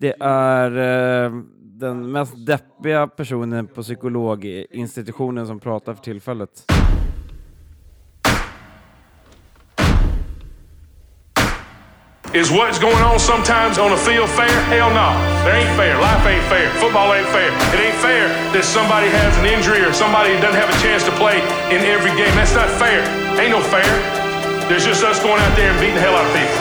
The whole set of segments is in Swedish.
Det är den mest deppiga personen på psykologinstitutionen som pratar för tillfället. Is what's going on sometimes on the field fair? Hell no. There ain't fair. Life ain't fair. Football ain't fair. It ain't fair that somebody has an injury or somebody doesn't have a chance to play in every game. That's not fair. Ain't no fair. There's just us going out there and beating the hell out of people.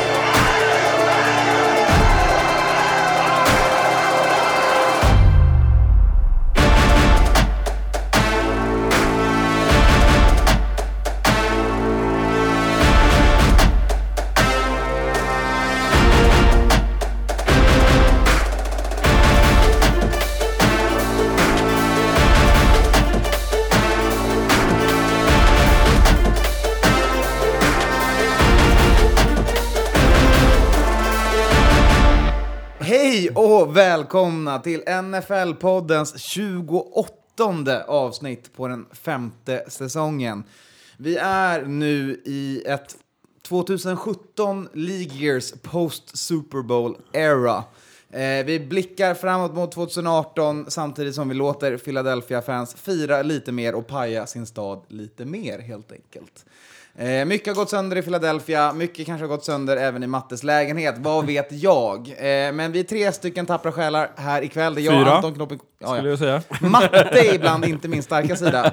Hej och välkomna till NFL-poddens 28:e avsnitt på den 5:e säsongen. Vi är nu i ett 2017 League Years post-Super Bowl era. Vi blickar framåt mot 2018 samtidigt som vi låter Philadelphia-fans fira lite mer och paja sin stad lite mer helt enkelt. Mycket har gått sönder i Philadelphia, mycket kanske har gått sönder även i Mattes lägenhet, vad vet jag. Men vi är 3 stycken tappra själar här ikväll. Det är jag, 4, Anton Knoppen, skulle jag säga. Matte är ibland inte min starka sida.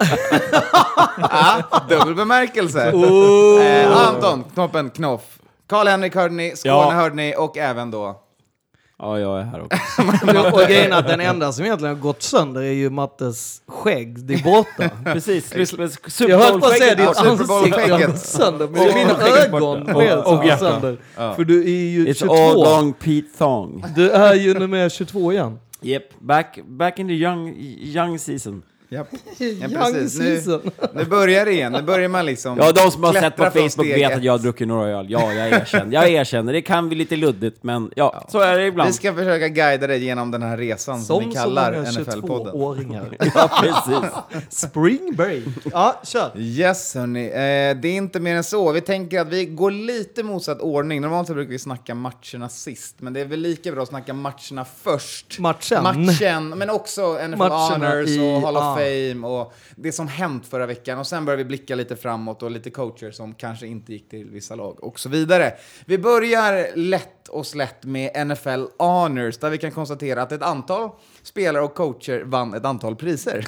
Dubbel bemärkelse. Anton Knoppen Knoff, Karl-Henrik hörde ni, Skåne hörde ni och även då... Ja, jag är här också. Och grejen att den enda som egentligen har gått sönder är ju Mattes skägg. Det är borta. Precis. Jag höll på att säga ditt Super Bowl-skägget ansikte har gått sönder. Men mina ögon och har sönder. Ja. För du är ju It's 22. all gone Pete Thong. Du är ju nummer 22 igen. Yep, back in the young season. Ja, Young precis. season. Nu börjar det igen. Nu börjar man liksom... Ja, de som har sett på klättra från Facebook steg vet ett. att jag har druckit några öl. Ja, jag erkänner. Det kan bli lite luddigt, men ja, så är det ibland. Vi ska försöka guida dig genom den här resan som vi kallar NFL-podden. 22-åringar. Ja, precis. Spring break. Ja, kör. Yes, hörni. Det är inte mer än så. Vi tänker att vi går lite motsatt ordning. Normalt så brukar vi snacka matcherna sist, men det är väl lika bra att snacka matcherna först. Matchen, men också NFL Honors och Hall of Fame och det som hänt förra veckan. Och sen börjar vi blicka lite framåt och lite coacher som kanske inte gick till vissa lag och så vidare. Vi börjar lätt och slätt med NFL Honors där vi kan konstatera att ett antal spelare och coacher vann ett antal priser.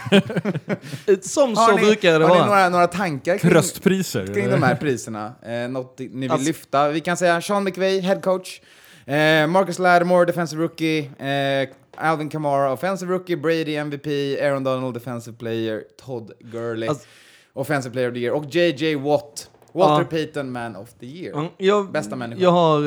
Som så brukar det vara. Har ni några tankar Tröstpriser kring de här priserna? Något ni vill lyfta? Vi kan säga Sean McVay, head coach. Marcus Lattimore, defensive rookie. Alvin Kamara, offensive rookie. Brady, MVP. Aaron Donald, defensive player. Todd Gurley, offensive player of the year. Och J.J. Watt, Walter Payton, man of the year. Bästa människa.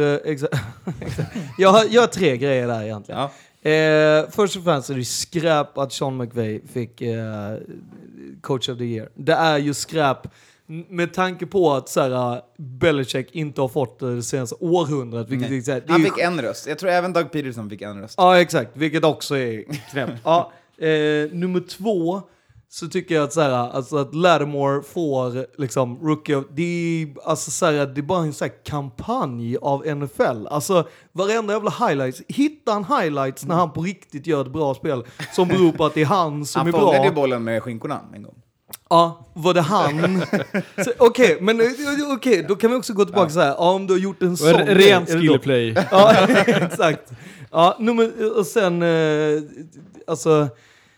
Jag har 3 grejer där egentligen. Ja. Först och främst är det skräp att Sean McVay fick coach of the year. Det är ju skräp med tanke på att såhär, Belichick inte har fått det senaste århundradet. Vilket Han fick en röst. Jag tror även Doug Peterson fick en röst. Ja, exakt. Vilket också är knäppt. Ja, nummer 2 så tycker jag att såhär, alltså att Lattimore får liksom rookie of, det är bara en såhär kampanj av NFL. Alltså varenda jävla highlights, hitta en highlights när han på riktigt gör ett bra spel som beror på att det är han som är bra. Han fångade ju bollen med skinkorna en gång. Ja, var det han? Okej, då kan vi också gå tillbaka så här. Ja, om du har gjort en sån ren skillplay. Ja, exakt. Ja, och sen alltså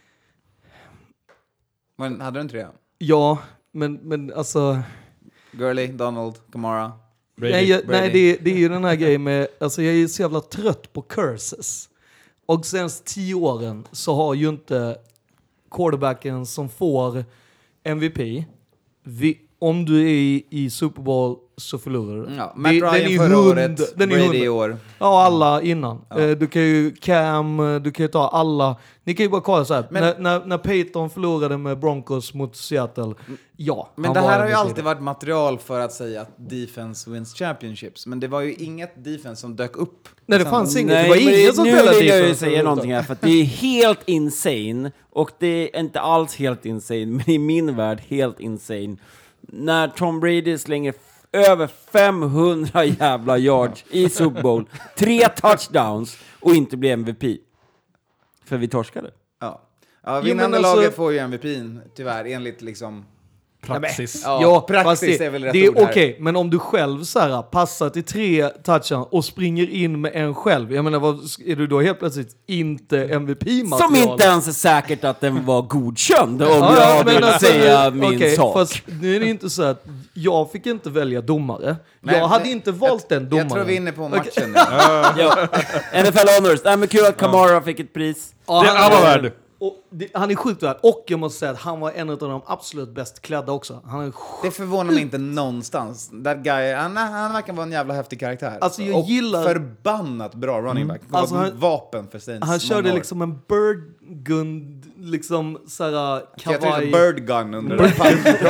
Men hade du en 3? ja, men alltså Gurley, Donald, Kamara. nej, det är ju den här grejen med, alltså jag är så jävla trött på curses. Och sen 10 åren så har ju inte quarterbacken som får MVP, om du är i Super Bowl så förlorar du. Ja, Matt Ryan förra året, Brady i år. Ja, alla innan. Ja. Du kan ju du kan ju ta alla. Ni kan ju bara kolla så här. När Peyton förlorade med Broncos mot Seattle. Ja. Men det här har ju alltid varit material för att säga att defense wins championships. Men det var ju inget defense som dök upp. Nej, det fanns inget. Nej, det var ingen som spelade defense. Nu vill jag ju säga någonting här, för att det är helt insane. Och det är inte alls helt insane, men i min värld helt insane. När Tom Brady slänger över 500 jävla yards i Super Bowl, 3 touchdowns och inte bli MVP. För vi torskade. Ja, vinnande laget får ju MVP:n, tyvärr, enligt liksom... Praxis. Ja, praxis är väl rätt det är ord här. okej, men om du själv så här, passar till 3 touchar och springer in med en själv, jag menar, är du då helt plötsligt inte MVP-material? Som inte ens är säkert att den var godkänd, om jag vill säga min sak. Fast nu är det inte så att jag fick inte välja domare. Nej, jag hade inte valt den domaren. Jag tror vi är inne på matchen nu. Ja. NFL Honors. Men kul att Kamara fick ett pris. Ja, Det är alla värd. Han är sjukt värd. Och jag måste säga att han var en av de absolut bäst klädda också. Han är Det förvånar mig inte någonstans. That guy, han verkar vara en jävla häftig karaktär. Alltså, jag och gillar... förbannat bra running back. Alltså, han, han- vapen för Saints. Han körde många år. liksom en burgund, liksom såhär Jag tror kavaj... det är Bird Gun under det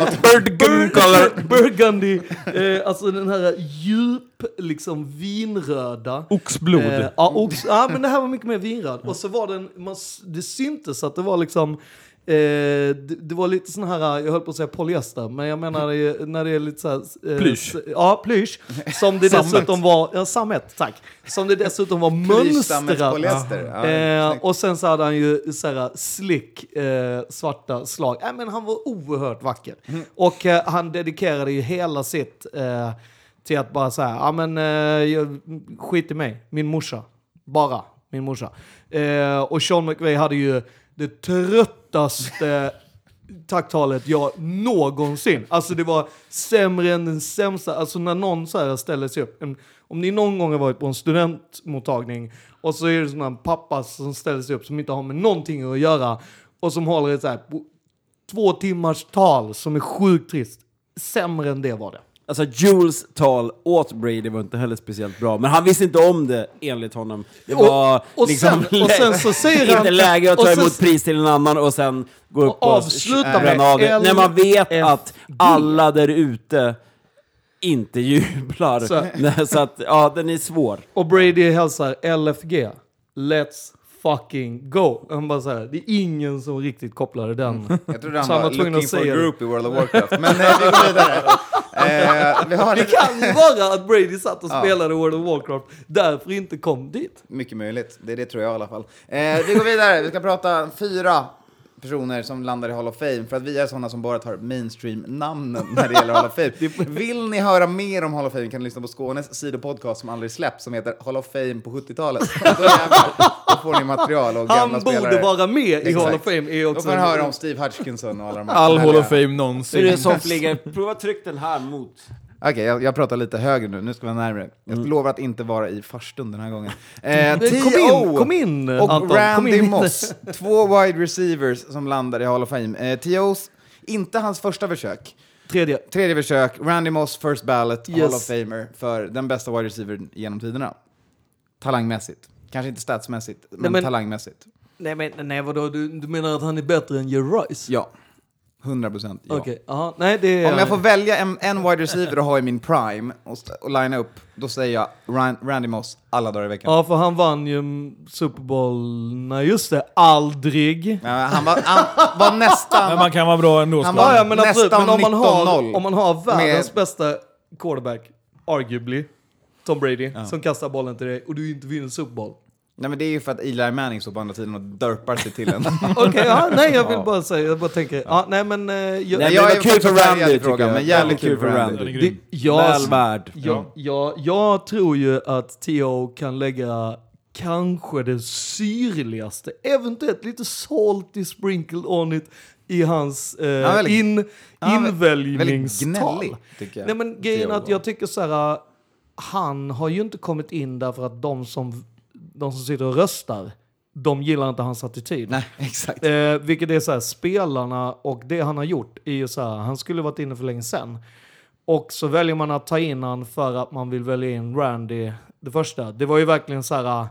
här. Burgundy, alltså den här djup, liksom vinröda. Oxblod. Ja, men det här var mycket mer vinröd. Och så var den, det syntes att det var liksom, det var lite sån här, jag höll på att säga polyester, men jag menar när det är lite så här... Plysch. Ja, plysch. Som det dessutom var, ja, sammet, tack. Som det dessutom var mönstrat. Polyester. Ja, Och sen så hade han ju så här slick svarta slag. Men han var oerhört vacker. Och han dedikerade ju hela sitt till att bara säga, ja men skit i mig, min morsa. Bara min morsa. Och Sean McVay hade ju det tröttaste tacktalet jag någonsin. Alltså det var sämre än den sämsta. Alltså när någon så här ställer sig upp. Om ni någon gång har varit på en studentmottagning och så är det sådana pappa som ställer sig upp som inte har med någonting att göra och som håller ett så här 2 timmars tal som är sjukt trist. Sämre än det var det. Alltså Jules tal åt Brady var inte heller speciellt bra, men han visste inte om det enligt honom. Det var och liksom sen så säger han inte läge att ta och sen- emot pris till en annan och sen gå upp och avsluta bränna med av det. När man vet LFG. att alla där ute inte jublar. Så att, ja, den är svår. Och Brady hälsar LFG. Let's fucking go. Han bara så här, det är ingen som riktigt kopplade den. Jag trodde han Så han var var tvungen looking att for säga det. group i World of Warcraft. Men vi går vidare. Vi har Det kan ju vara att Brady satt och spelade World of Warcraft, därför inte kom dit. mycket möjligt. Det tror jag i alla fall. Vi går vidare. Vi ska prata 4 personer som landar i Hall of Fame, för att vi är sådana som bara tar mainstream-namnen när det gäller Hall of Fame. Vill ni höra mer om Hall of Fame kan ni lyssna på Skånes sidopodcast som aldrig släpps, som heter Hall of Fame på 70-talet. Då får ni material och gamla Han spelare. borde vara med i Exakt. Hall of Fame. Är Då också får ni höra om Steve Hutchinson och alla de här. All Hall of Fame Är någonsin. det som ligger? Prova tryck den här mot. Okej, jag pratar lite högre nu. Nu ska vi vara närmare. Jag lovar att inte vara i farstun den här gången. Kom in och Anton. Kom Randy in. Moss. 2 wide receivers som landar i Hall of Fame. T.O.s, inte hans första försök. Tredje försök. Randy Moss, first ballot, Yes. Hall of Famer för den bästa wide receiver genom tiderna. Talangmässigt. Kanske inte statsmässigt, men talangmässigt. Nej, vadå? Du menar att han är bättre än Jerry Rice? Ja. 100% ja. Okej, aha. Nej, det är... Om jag får välja en wide receiver att ha i min prime och linea upp, då säger jag Randy Moss alla dagar i veckan. Ja, för han vann ju Super Bowl... Nej, just det. Aldrig. Ja, han var nästan... Men man kan vara bra ändå. Han ska var- man. Ja, men absolut. nästan Men om 19-0. man har världens Med- bästa quarterback, arguably, Tom Brady, som kastar bollen till dig och du inte vinner Super Bowl. Nej, men det är ju för att Eli Manning står på andra sidan och dörpar sig till en. Okej, ja, nej, jag vill bara säga, jag bara tänker, ja, nej men... Nej, jag men är det var kul för faktiskt Randy, färgad i tycker frågan, jag. men jävligt kul för Randy. Den är grym. Väl värd. Jag tror ju att T.O. kan lägga kanske det syrligaste, eventuellt lite salty sprinkled on it i hans väldigt inväljningstal. gnällig, tycker jag. Nej, men grejen är att T.O. jag tycker så här, han har ju inte kommit in därför att de som sitter och röstar, de gillar inte hans attityd. Nej, exakt. Vilket är så här, spelarna och det han har gjort är ju så här, han skulle varit inne för länge sedan. Och så väljer man att ta in han för att man vill välja in Randy det första. Det var ju verkligen så här...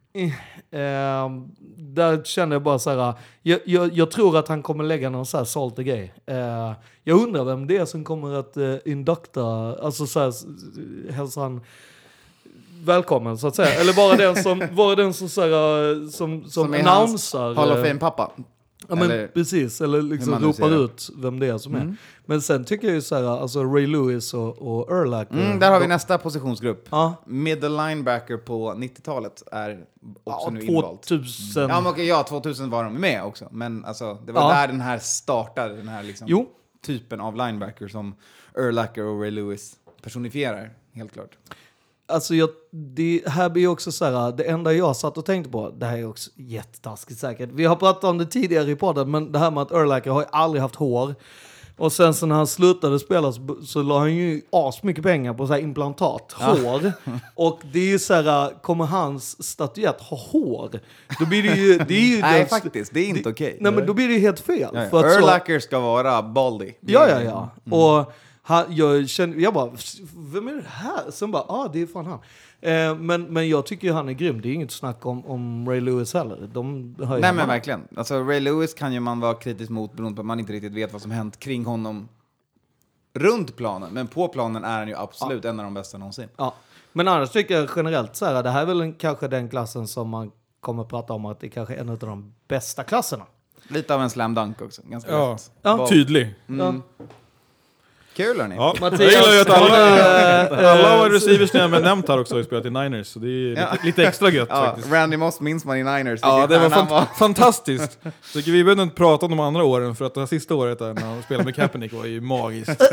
där kände jag bara så här... Jag tror att han kommer lägga någon så här salty grej. Jag undrar vem det är som kommer att indukta... Alltså så här, hälsa han välkommen så att säga. Eller bara den som så här, som är hans annonsar. Hall of Fame-pappa. Ja, men Eller precis, eller liksom hur man nu ser ropar det. ut vem det är som är. Men sen tycker jag ju så här, alltså Ray Lewis och Urlacher. Där har vi nästa positionsgrupp. Ja. Middle linebacker på 90-talet är också nu invald. 2000. Ja, men okej, 2000 var de med också. Men alltså, det var där den här startade, den här liksom Jo. typen av linebacker som Urlacher och Ray Lewis personifierar, helt klart. Alltså det här blir också så här, det enda jag satt och tänkte på, det här är också jättetaskigt säkert. Vi har pratat om det tidigare i podden, men det här med att Urlacher har ju aldrig haft hår. Och sen så när han slutade spela så la han ju mycket pengar på så här implantat, hår. Och det är ju så här, kommer hans statyett ha hår? Då blir det är ju Nej, faktiskt, det är inte okej. Nej, men då blir det ju helt fel. Ja, För att Urlacher ska vara baldy. Ja. Och jag bara, vem är det här? Sen bara, det är fan han. Men jag tycker ju han är grym. Det är inget snack om Ray Lewis heller. Nej, men verkligen. Alltså, Ray Lewis kan ju man vara kritisk mot beroende på att man inte riktigt vet vad som hänt kring honom runt planen. Men på planen är han ju absolut en av de bästa någonsin. Ja. Men annars tycker jag generellt så här, det här är väl kanske den klassen som man kommer att prata om att det kanske är en av de bästa klasserna. Lite av en slam dunk också. Ganska Ja, lätt. Ja. tydlig. Ja. Kul, hörni. Ja. Mattias, Jag gillar ju att har alla receivers ni har nämnt här också har spelat i Niners, så det är lite extra gött faktiskt. Randy Moss minns man i Niners. Ja, det Vilken var stjärna han fantastiskt. Så vi behöver inte prata om de andra åren, för att det här sista året där, när han spelade med Kaepernick var ju magiskt.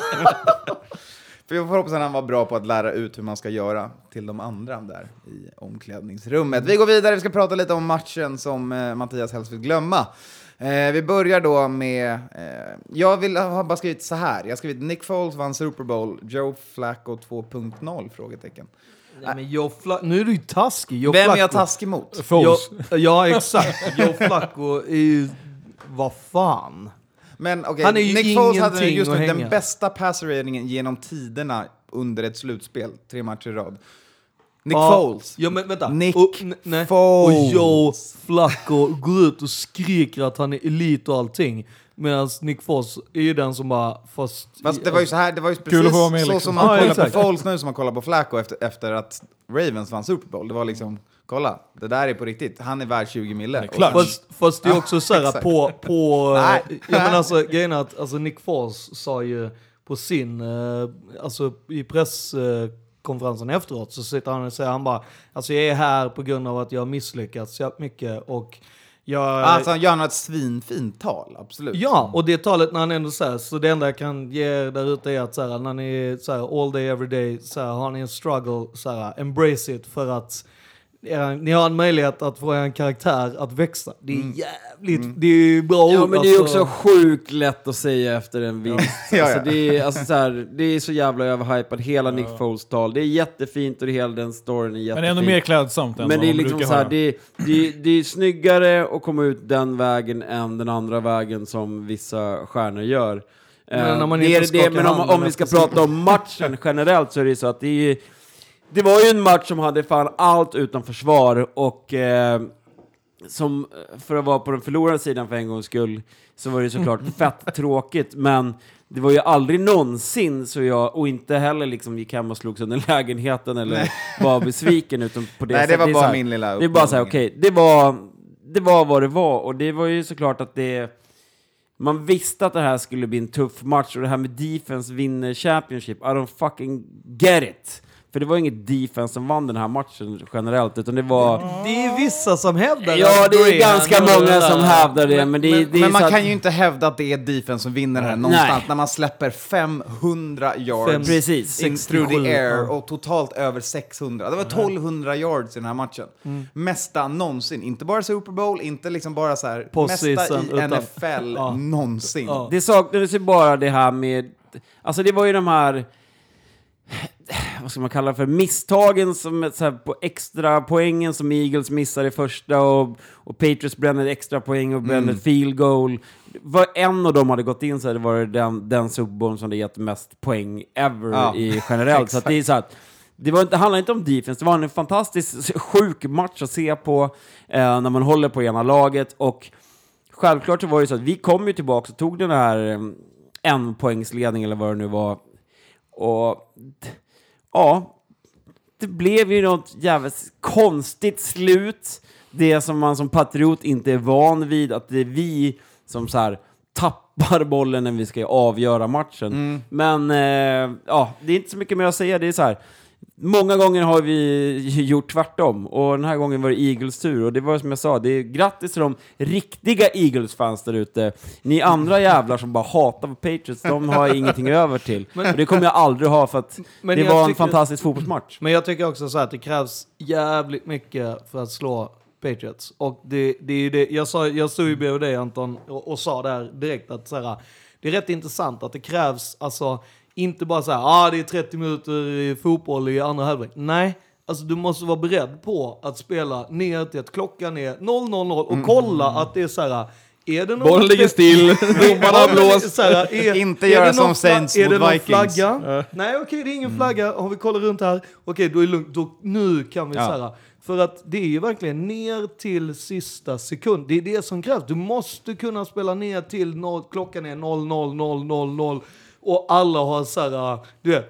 För jag får hoppas att han var bra på att lära ut hur man ska göra till de andra där i omklädningsrummet. Vi går vidare, vi ska prata lite om matchen som Mattias helst vill glömma. Vi börjar då med... jag har bara skrivit så här. Jag har skrivit Nick Foles vann Super Bowl, Joe Flacco 2.0? Frågetecken. Nej, men nu är du ju taskig. Joe Vem är Flacco. jag taskig mot? Foles. Ja, exakt. Joe Flacco är ju... Vad fan? Men okej, Han är ju Nick Foles hade ingenting just nu att den hänga. bästa passer-rating genom tiderna under ett slutspel. 3 matcher i rad. Nick Ja, Foles. Ja, men vänta. Nick nej. Foles. Och Joe Flacco går ut och skriker att han är elit och allting. Medan Nick Foles är ju den som bara... Fast det var ju så här, det var ju Kul precis att få vara med, så liksom. som man Ja, kollar exakt. på Foles nu som man kollar på Flacco efter att Ravens vann Super Bowl. Det var liksom, kolla, det där är på riktigt. Han är värd 20 mille. klart. Fast det är också så här exakt. på Nej. ja, men alltså grejen är att alltså Nick Foles sa ju på sin alltså i presskonferensen efteråt så sitter han och säger han bara alltså jag är här på grund av att jag har misslyckats så mycket och jag Alltså han gör något svinfint tal, absolut. ja, och det talet när han ändå säger så det enda jag kan ge er där ute är att så här, när ni så här, all day every day så här, har ni en struggle så här, embrace it för att ni har en möjlighet att få en karaktär att växa. Det är jävligt, det är bra Ja, ord, men det är alltså. också sjukt lätt att säga efter en vinst. Ja, Alltså, ja. det är, alltså, så här, det är så jävla överhypat, hela Nick Foles tal. Det är jättefint och hela den storyn är jättefin. Men ändå mer klädsamt än Men vad det är man liksom brukar så här, höra. det är snyggare att komma ut den vägen än den andra vägen som vissa stjärnor gör. Men när man Det inte är det, skakar men handen om vi ska efter prata om matchen generellt så är det så att det var ju en match som hade fan allt utom försvar och som för att vara på den förlorande sidan för en gångs skull så var det såklart fett tråkigt, men det var ju aldrig någonsin så jag, och inte heller liksom gick hem och slog sönder lägenheten eller var besviken utan på det Nej, det sättet. var är bara så här, min lilla det är bara så här, uppmaning. okej, det var vad det var och det var ju såklart att man visste att det här skulle bli en tuff match och det här med defense vinner championship, I don't fucking get it. För det var inget defense som vann den här matchen generellt, utan det var... Det är vissa som hävdar Ja, att det är Graham ganska och många det som där. hävdar det, men det är Men så man att, kan ju inte hävda att det är defense som vinner det här någonstans Nej. när man släpper 500 yards Precis. in through the 67, air ja. och totalt över 600. Det var 1200 yards i den här matchen. Mesta någonsin. Inte bara Super Bowl, inte liksom bara så här. Postseason, Mesta i utan- NFL Ja. någonsin. Ja. det saknades ju bara det här med... Alltså det var ju de här... Vad ska man kalla det för? Misstagen som så här, på extra poängen som Eagles missade i första och Patriots brände ett extra poäng och brände ett field goal. Var en av dem hade gått in så hade det varit den Super Bowl som hade gett mest poäng ever Ja. i generellt. Så att det är så att det handlar inte om defense, det var en fantastiskt sjuk match att se på när man håller på ena laget och självklart så var det så att vi kom ju tillbaka och tog den här en poängsledning eller vad det nu var och ja, det blev ju något jävligt konstigt slut det som man som patriot inte är van vid, att det är vi som så här tappar bollen när vi ska avgöra matchen. Men ja, det är inte så mycket mer att säga. Det är så här, många gånger har vi gjort tvärtom, och den här gången var det Eagles tur, och det var som jag sa, det är grattis till de riktiga Eagles-fans där ute. Ni andra jävlar som bara hatar Patriots, de har ingenting över till. Och det kommer jag aldrig ha, för att det var en fantastisk fotbollsmatch. Men jag tycker också så att det krävs jävligt mycket för att slå Patriots. Och det är ju det, jag stod ju bredvid dig, Anton, och sa där direkt att så här, det är rätt intressant att det krävs, alltså inte bara så här, det är 30 minuter i fotboll i andra halvlek. Nej, alltså du måste vara beredd på att spela ner till att klockan är 0:00 och kolla att det är så här, är det någon bollen ligger still, domarna blåst. Inte göra som Saints är mot det Vikings. Någon flagga? Nej, okej, det är ingen flagga. Har vi kollat runt här? Okej, då är det lugnt. Nu kan vi så här. För att det är ju verkligen ner till sista sekund. Det är det som krävs. Du måste kunna spela ner till klockan är 00:00 och alla har så här, du vet,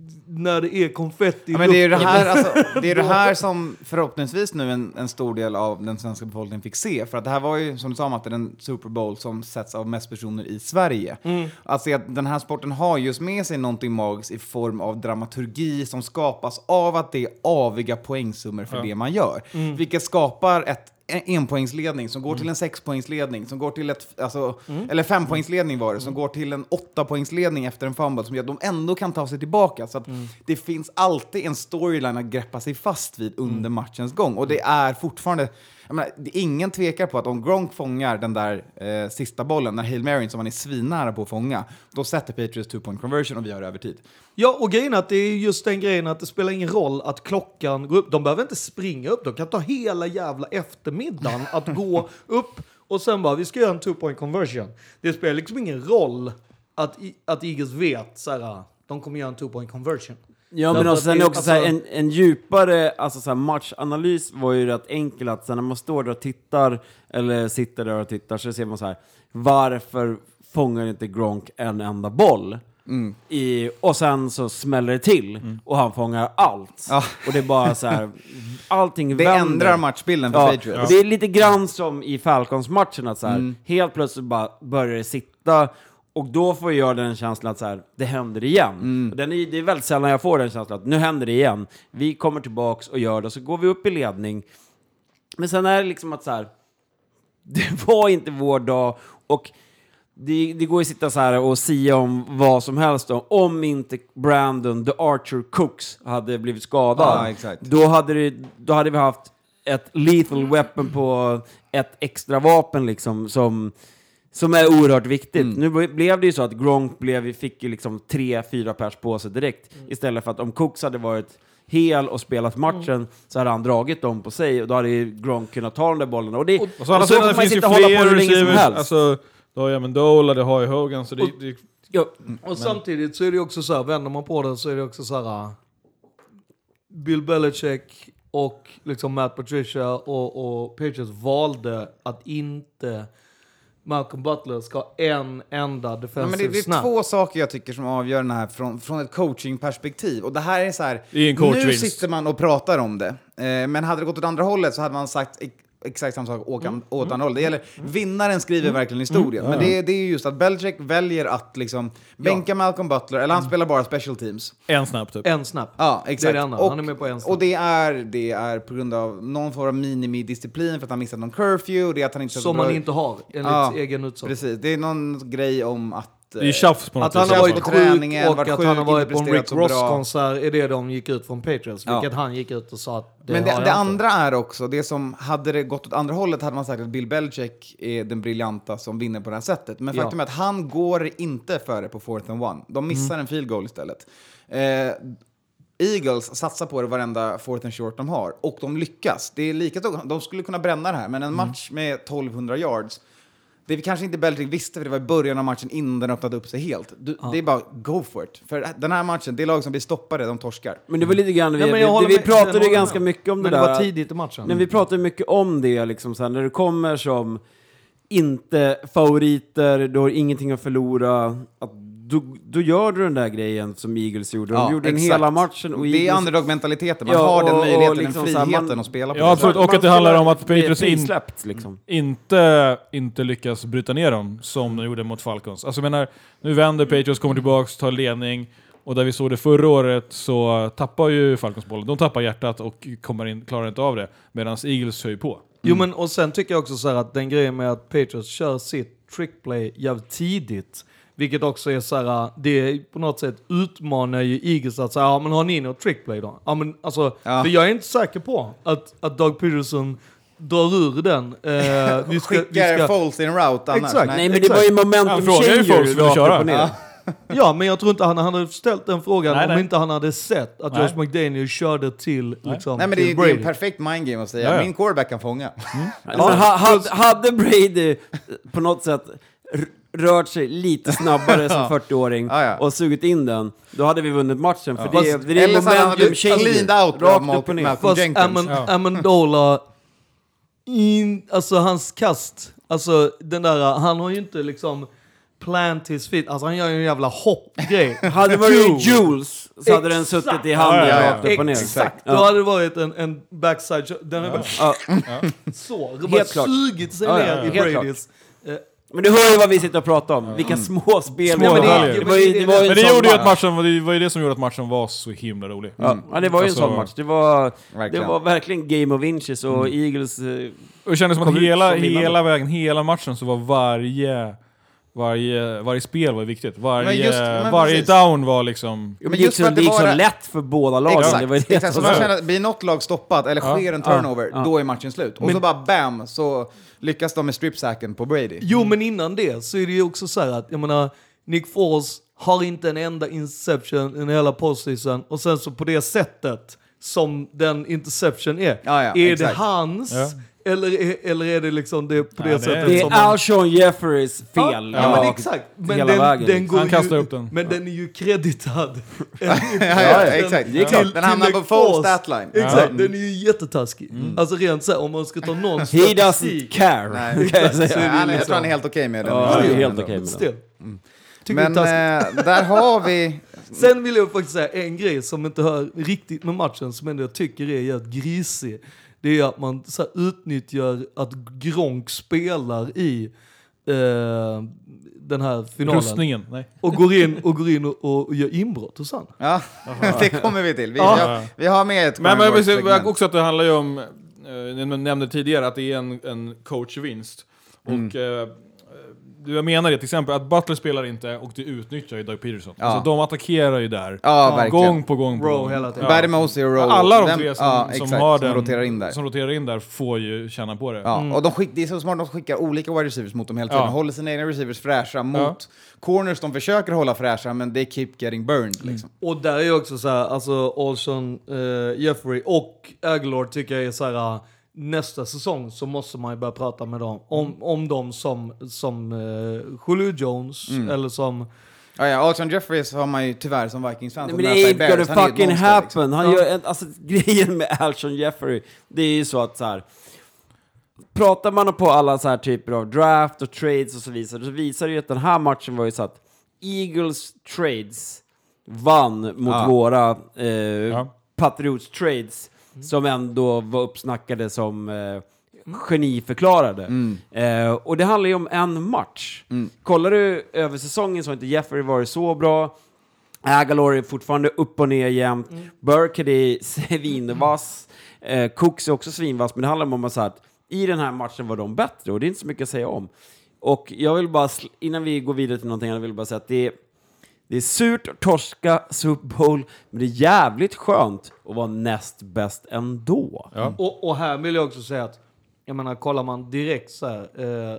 när det är konfetti. Ja, men det är det här, alltså, det är det här som förhoppningsvis nu en stor del av den svenska befolkningen fick se. För att det här var ju, som du sa, Matte, den Super Bowl som sätts av mest personer i Sverige. Alltså att den här sporten har just med sig någonting magiskt i form av dramaturgi som skapas av att det är aviga poängsummor för det man gör. Vilket skapar en enpoängsledning som går till en 6-poängsledning som går till eller 5-poängsledning var det, som går till en 8-poängsledning efter en fumble, som gör att de ändå kan ta sig tillbaka. Så att det finns alltid en storyline att greppa sig fast vid under matchens gång. Och det är fortfarande, jag menar, ingen tvekar på att om Gronk fångar den där sista bollen, när Hail Mary som han är svinnära på att fånga, då sätter Patriots 2-point conversion och vi har övertid. Ja, och grejen är att det är just den grejen att det spelar ingen roll att klockan går upp. De behöver inte springa upp. De kan ta hela jävla eftermiddagen att gå upp och sen bara, vi ska göra en 2-point conversion. Det spelar liksom ingen roll att Eagles vet så här, de kommer göra en 2-point conversion. Ja, men också, sen är också alltså, en djupare alltså, så här, matchanalys var ju rätt enkel, att sen när man står där och tittar eller sitter där och tittar, så ser man så här, varför fångar inte Gronk en enda boll? Och sen så smäller det till och han fångar allt. Och det är bara så här, allting det vänder. Ändrar matchbilden för Patriots. Och det är lite grann som i Falcons-matchen, att så här, helt plötsligt bara börjar det sitta. Och då får jag den känslan att så här, det händer igen. Och det är väldigt sällan jag får den känslan att nu händer det igen. Vi kommer tillbaks och gör det, så går vi upp i ledning. Men sen är det liksom att så här, det var inte vår dag. Och det går ju att sitta så här och sia om vad som helst då. Om inte Brandon the Archer Cooks hade blivit skadad. Då hade vi haft ett lethal weapon på ett extra vapen liksom, som är oerhört viktigt. Nu blev det ju så att Gronk fick ju liksom 3-4 pers på sig direkt. Istället för att om Cooks hade varit hel och spelat matchen så hade han dragit dem på sig, och då hade Gronk kunnat ta de där bollarna. Och så det finns ju fler receivers. Alltså, då har jag Mendola, det har ju Hogan. Så och samtidigt så är det också så här, vänder man på det så är det också så här, Bill Belichick och liksom Matt Patricia och Patriots valde att inte Malcolm Butler ska ha en enda defensive snap. Det är två saker jag tycker som avgör den här från ett coachingperspektiv. Och det här är så här, nu sitter man och pratar om det. Men hade det gått åt andra hållet så hade man sagt exakt samma sak åt andra hållet. Det gäller, vinnaren skriver verkligen historien. Men det är just att Belichick väljer att liksom bänka Malcolm Butler, eller han spelar bara special teams. En snap typ. En snap. Ja, exakt. Det är det enda. Han är med på en snap. Och det är på grund av någon form av minimidisciplin, för att han missat någon curfew. Det är att han inte som han inte har, enligt egen utsatt. Precis, det är någon grej om att det är tjafs på något att han har varit sjuk och att han har varit på en Rick Ross-konsert är det de gick ut från Patriots. Vilket han gick ut och sa att men det andra är också, det som hade det gått åt andra hållet hade man sagt att Bill Belichick är den briljanta som vinner på det här sättet. Men faktum är att han går inte före på 4th and 1. De missar en field goal istället. Eagles satsar på det varenda 4th and short de har. Och de lyckas. Det är lika, de skulle kunna bränna det här. Men en match med 1200 yards, det vi kanske inte Belichick visste, för det var i början av matchen innan den öppnade upp sig helt. Det är bara go for it. För den här matchen, det lag som blir stoppade, de torskar. Men det var lite grann, vi pratade ju ganska mycket om det där. Men det var tidigt i matchen. Men vi pratade mycket om det liksom, så här, när det kommer som inte favoriter, då har ingenting att förlora. Att då gör du den där grejen som Eagles gjorde. De gjorde den exakt. hela matchen. Och det är Eagles... underdog-mentaliteten. Man har den möjligheten, liksom den friheten att spela på. Ja, absolut. Och att det handlar om att Patriots liksom. inte lyckas bryta ner dem som de gjorde mot Falcons. Alltså jag menar, nu vänder Patriots, kommer tillbaks, tar ledning. Och där vi såg det förra året så tappar ju Falcons bollen. De tappar hjärtat och klarar inte av det. Medan Eagles höjer på. Jo, men och sen tycker jag också så här att den grejen med att Patriots kör sitt trickplay jävligt tidigt, vilket också är så här, det är på något sätt utmanar ju Eagles att säga, ja men har ni något trickplay då? Ja men alltså, för jag är inte säker på att Doug Peterson drar ur den. Vi skickar Foles i en route annars. Exakt. Nej, men det var ju momentum changer rakt upp och ner. Ja, men jag tror inte han hade ställt den frågan om nej. inte han hade sett att Josh McDaniel körde till liksom, Nej, men det är en perfekt mindgame att säga. Min quarterback kan fånga. Men hade Brady på något sätt rört sig lite snabbare som 40-åring och sugit in den, då hade vi vunnit matchen. För det är momentum changer rakt upp och ner. Fast Amendola, alltså hans kast, alltså den där, han har ju inte liksom plant his feet, alltså han gör ju en jävla hoppgrej. Hade det varit Jules så hade den suttit i handen rakt upp och ner. Exakt, då hade det varit en backside, den är bara så, det bara sugit sig ner i Bradys. Men du hör ju vad vi sitter och pratar om. Vilka små spel. Men det gjorde ju att matchen. det var ju det som gjorde att matchen var så himla rolig. Ja, det var ju en sån match. Det var verkligen game of inches och Eagles... Och det kändes som att hela vägen, hela matchen så var varje spel var viktigt. Varje down var liksom... Men just det gick så lätt för båda lagen. Exakt. Det var Exakt. Så man känner att blir något lag stoppat eller sker en turnover, då är matchen slut. Och så bara bam, så lyckas de med stripsacken på Brady. Jo, men innan det så är det ju också så här att, jag menar, Nick Foles har inte en enda interception i hela postseason, och sen så på det sättet som den interception är, är det hans... Eller är det liksom det på det sättet det som... Det är Alshon Jeffreys fel. Ja, men exakt. Men den går han kastar upp den. Men den är ju kreditad. Exakt. Det är klart. Den hamnar på full statline. Exakt, den är ju jättetaskig. Alltså rent så här, om man ska ta någon He doesn't care. Nej, jag tror han är helt okej med den. Ja, är helt okej med den. Men där har vi... Sen vill jag faktiskt säga en grej som inte hör riktigt med matchen, som ändå jag tycker är helt grisig. Det är att man så här utnyttjar att Gronk spelar i den här finalen. Rustningen, nej. Och går in och gör inbrott hos han. Ja, det kommer vi till. Vi har med ett... Men också att det handlar ju om, jag nämnde tidigare, att det är en coachvinst. Och jag menar det till exempel att Butler spelar inte och det utnyttjar ju Doug Peterson. Alltså de attackerar ju där. Gång på gång. Row hela tiden. Barry Mosey och Row. Alla de tre som har den, som roterar in där får ju känna på det. Ja, och det är så smart, de skickar olika wide receivers mot dem hela tiden. Håller sina egna receivers fräscha mot corners de försöker hålla fräscha, men they keep getting burned. Liksom. Och där är ju också så här, alltså Alshon Jeffrey och Aguilar tycker jag är så här, nästa säsong så måste man ju börja prata med dem om dem som Julio Jones eller som... Alshon Jeffries har man ju tyvärr som Vikings-fan. Men det är inte gonna fucking happen. Liksom. Han gör alltså grejen med Alshon Jeffrey, det är ju så att så här, pratar man på alla så här typer av draft och trades och så vidare, så visar det ju att den här matchen var ju så att Eagles trades vann mot våra Patriots trades, som ändå var uppsnackade som geniförklarade. Och det handlar ju om en match. Kollar du över säsongen så har inte Jeffrey varit så bra. Aguilar är fortfarande upp och ner jämt. Burkhead är svinvass. Cooks är också svinvass. Men det handlar om att säga att i den här matchen var de bättre. Och det är inte så mycket att säga om. Och jag vill bara, innan vi går vidare till någonting, jag vill bara säga att det är surt att torska Super Bowl, men det är jävligt skönt att vara näst bäst ändå. Ja. Och här vill jag också säga att, jag menar, kollar man direkt så här,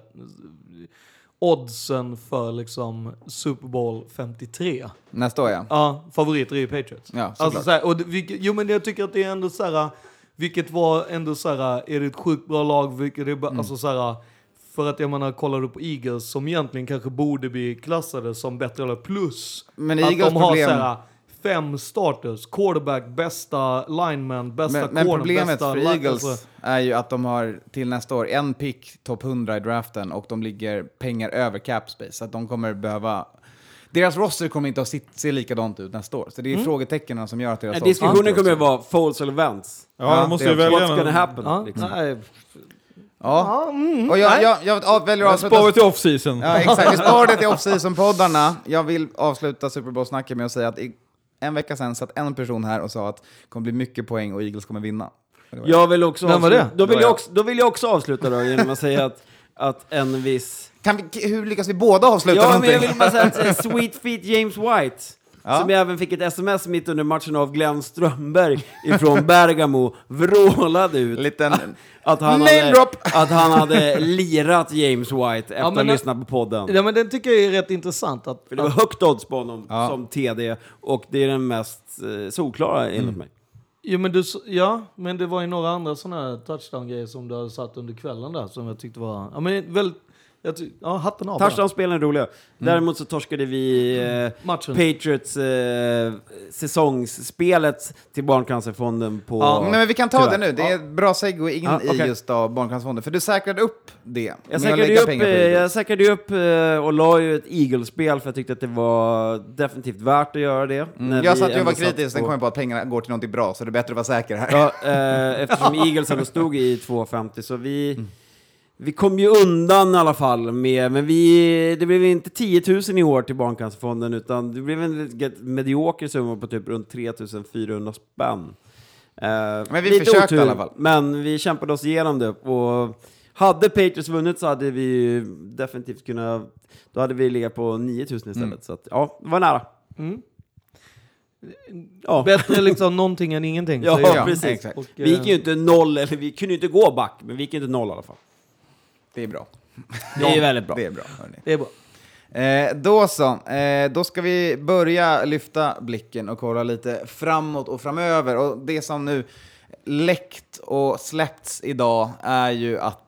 oddsen för liksom Super Bowl 53. Nästa år, ja. Favoriter är ju Patriots. Ja, alltså så här, och men jag tycker att det är ändå så här, vilket var ändå så här, är det ett sjukt bra lag, vilket är alltså så här, för att jag menar, kollar du på Eagles som egentligen kanske borde bli klassade som bättre lag, plus men att Eagles de har så här 5 starters, quarterback, bästa lineman, bästa corner, men problemet bästa för Eagles är ju att de har till nästa år en pick topp 100 i draften och de ligger pengar över cap space, så att de kommer behöva Deras roster kommer inte att se likadant ut nästa år. Så det är frågetecknen som gör att deras Diskussionen kommer att vara Foles eller Vance. Ja, de måste ju välja. What's gonna happen? Ja, Liksom. nej. Och jag väljer att avsluta... Sparar till off-season. Ja, exakt. Vi sparar det till off-season-poddarna. Jag vill avsluta Super Bowl-snacket med att säga att en vecka sedan satt en person här och sa att det kommer bli mycket poäng och Eagles kommer vinna. Jag vill också Vem var det? Då vill jag också avsluta då genom att säga att en viss... Hur lyckas vi båda avsluta Ja, men någonting? jag vill bara säga att Sweet Feet James White, som jag även fick ett sms mitt under matchen av Glenn Strömberg ifrån Bergamo, vrålade ut Liten att han hade lirat James White efter att ha lyssnat på podden. Ja, men den tycker jag är rätt intressant. För det var högt odds på honom som TD, och det är den mest solklara enligt mig. Men det var ju några andra sådana här touchdown-grejer som du hade satt under kvällen där som jag tyckte var... Ja, men väldigt... hatten av. Touchdown-spelen är roliga. Däremot så torskade vi Patriots säsongsspelet till Barncancerfonden på... Ja, men vi kan ta det nu. Det är ett bra segue in i just Barncancerfonden. För du säkrade upp det. Jag säkrade upp och la ju ett Eagles-spel för jag tyckte att det var definitivt värt att göra det. Jag satt ju och var kritisk, sen kom jag på att pengarna går till något bra, så det är bättre att vara säker här. Ja, eftersom Eagles ändå stod i 2,50 så vi kom ju undan i alla fall men det blev inte 10 000 i år till Barncancerfonden, utan det blev en medioker summa på typ runt 3 400 spänn. Men vi försökte i alla fall. Men vi kämpade oss igenom det, och hade Patriots vunnit så hade vi definitivt kunnat, då hade vi legat på 9 000 istället. Så att, det var nära. Ja. Bättre liksom någonting än ingenting. Ja, precis. Och, vi gick ju inte 0, eller vi kunde inte gå back, men vi gick inte 0 i alla fall. Det är bra. Det är väldigt bra. Det är bra, hörni. Det är bra. Då så. Då ska vi börja lyfta blicken och kolla lite framåt och framöver. Och det som nu läckt och släppts idag är ju att...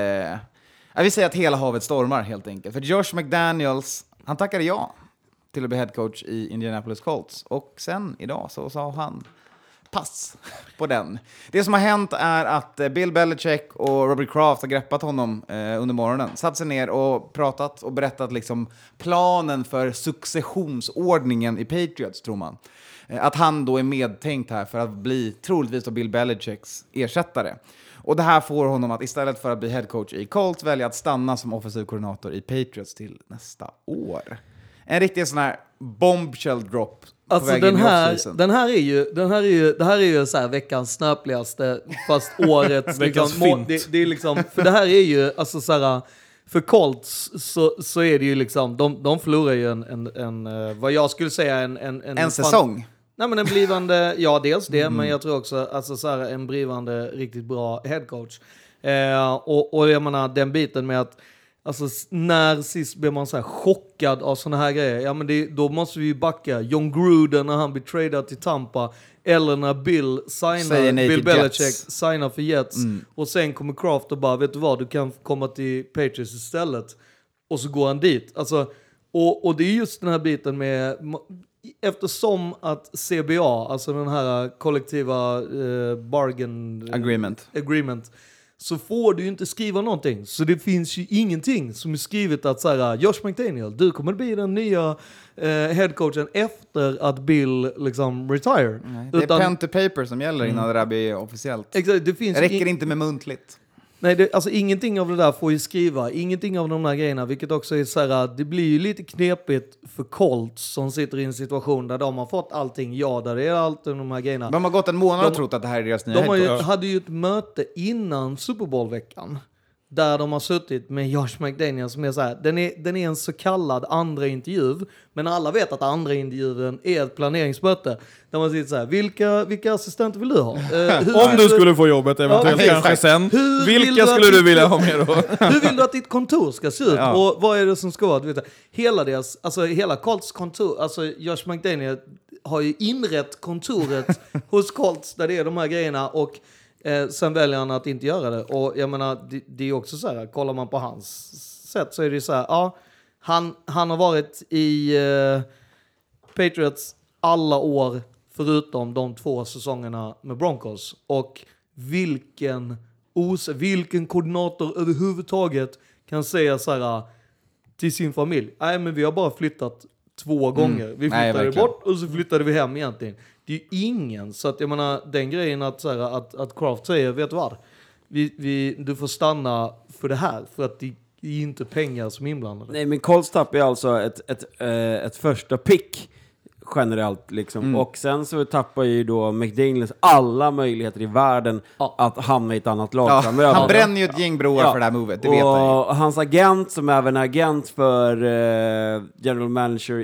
jag vill säga att hela havet stormar helt enkelt. För Josh McDaniels, han tackade ja till att bli headcoach i Indianapolis Colts. Och sen idag så sa han pass på den. Det som har hänt är att Bill Belichick och Robert Kraft har greppat honom under morgonen. Satt sig ner och pratat och berättat liksom planen för successionsordningen i Patriots, tror man. Att han då är medtänkt här för att bli troligtvis då Bill Belichicks ersättare. Och det här får honom att istället för att bli headcoach i Colts välja att stanna som offensiv koordinator i Patriots till nästa år. En riktig sån här bombshell drop. Alltså det här är ju så här veckans snöpligaste, fast årets veckans fint. Det är liksom, för det här är ju alltså så här, för Colts så är det ju liksom de förlorar ju en vad jag skulle säga en säsong. Nej, men en blivande, ja dels det, men jag tror också alltså så här, en blivande riktigt bra headcoach. Och jag menar den biten med att alltså när sist blir man så här chockad av såna här grejer. Ja, men då måste vi ju backa. John Gruden när han blir tradad till Tampa, eller när Bill Belichick signar för Jets, och sen kommer Kraft och bara, vet du vad, du kan komma till Patriots istället, och så går han dit. Alltså, och det är just den här biten med, eftersom att CBA, alltså den här kollektiva bargain agreement, så får du ju inte skriva någonting. Så det finns ju ingenting som är skrivet att så här, Josh McDaniel, du kommer bli den nya headcoachen efter att Bill liksom retire. Nej, det är pen to paper som gäller innan det där blir officiellt. Exakt, det räcker inte med muntligt. Nej, alltså ingenting av det där får ju skriva. Ingenting av de där grejerna, vilket också är så här, det blir ju lite knepigt för Colts som sitter i en situation där de har fått allting, där det är allt de här grejerna. De har gått en månad och trott att det här är deras nya headcoach. De hade ju ett möte innan Super Bowl-veckan där de har suttit med Josh McDaniel som är så här, den är en så kallad andra intervju, men alla vet att andra intervjun är ett planeringsmöte där man sitter så här, vilka assistenter vill du ha? Om du skulle få jobbet eventuellt kanske sen, vilka skulle du vilja ha med då? Hur vill du att ditt kontor ska se ut? Ja. Och vad är det som ska vara? Du vet, hela Colts kontor, alltså Josh McDaniel har ju inrett kontoret hos Colts där det är de här grejerna, och sen väljer han att inte göra det. Och jag menar, det är också så här, kollar man på hans sätt så är det så här, ja, han har varit i Patriots alla år förutom de 2 säsongerna med Broncos. Och vilken koordinator överhuvudtaget kan säga så här till sin familj, nej men vi har bara flyttat 2 gånger. Vi Nej, flyttade verkligen. bort och så flyttade vi hem egentligen. Det är ju ingen, så att jag menar, den grejen att, så här, att Kraft säger, vet du vad? Du får stanna för det här, för att det är inte pengar som är inblandade. Nej, men Colts tappar ju alltså ett första pick generellt liksom. Och sen så tappar ju då McDaniels alla möjligheter i världen att hamna i ett annat lag framöver. Han bränner ju ett gäng broar för det här movet, det vet han ju. Och hans agent, som även är agent för general manager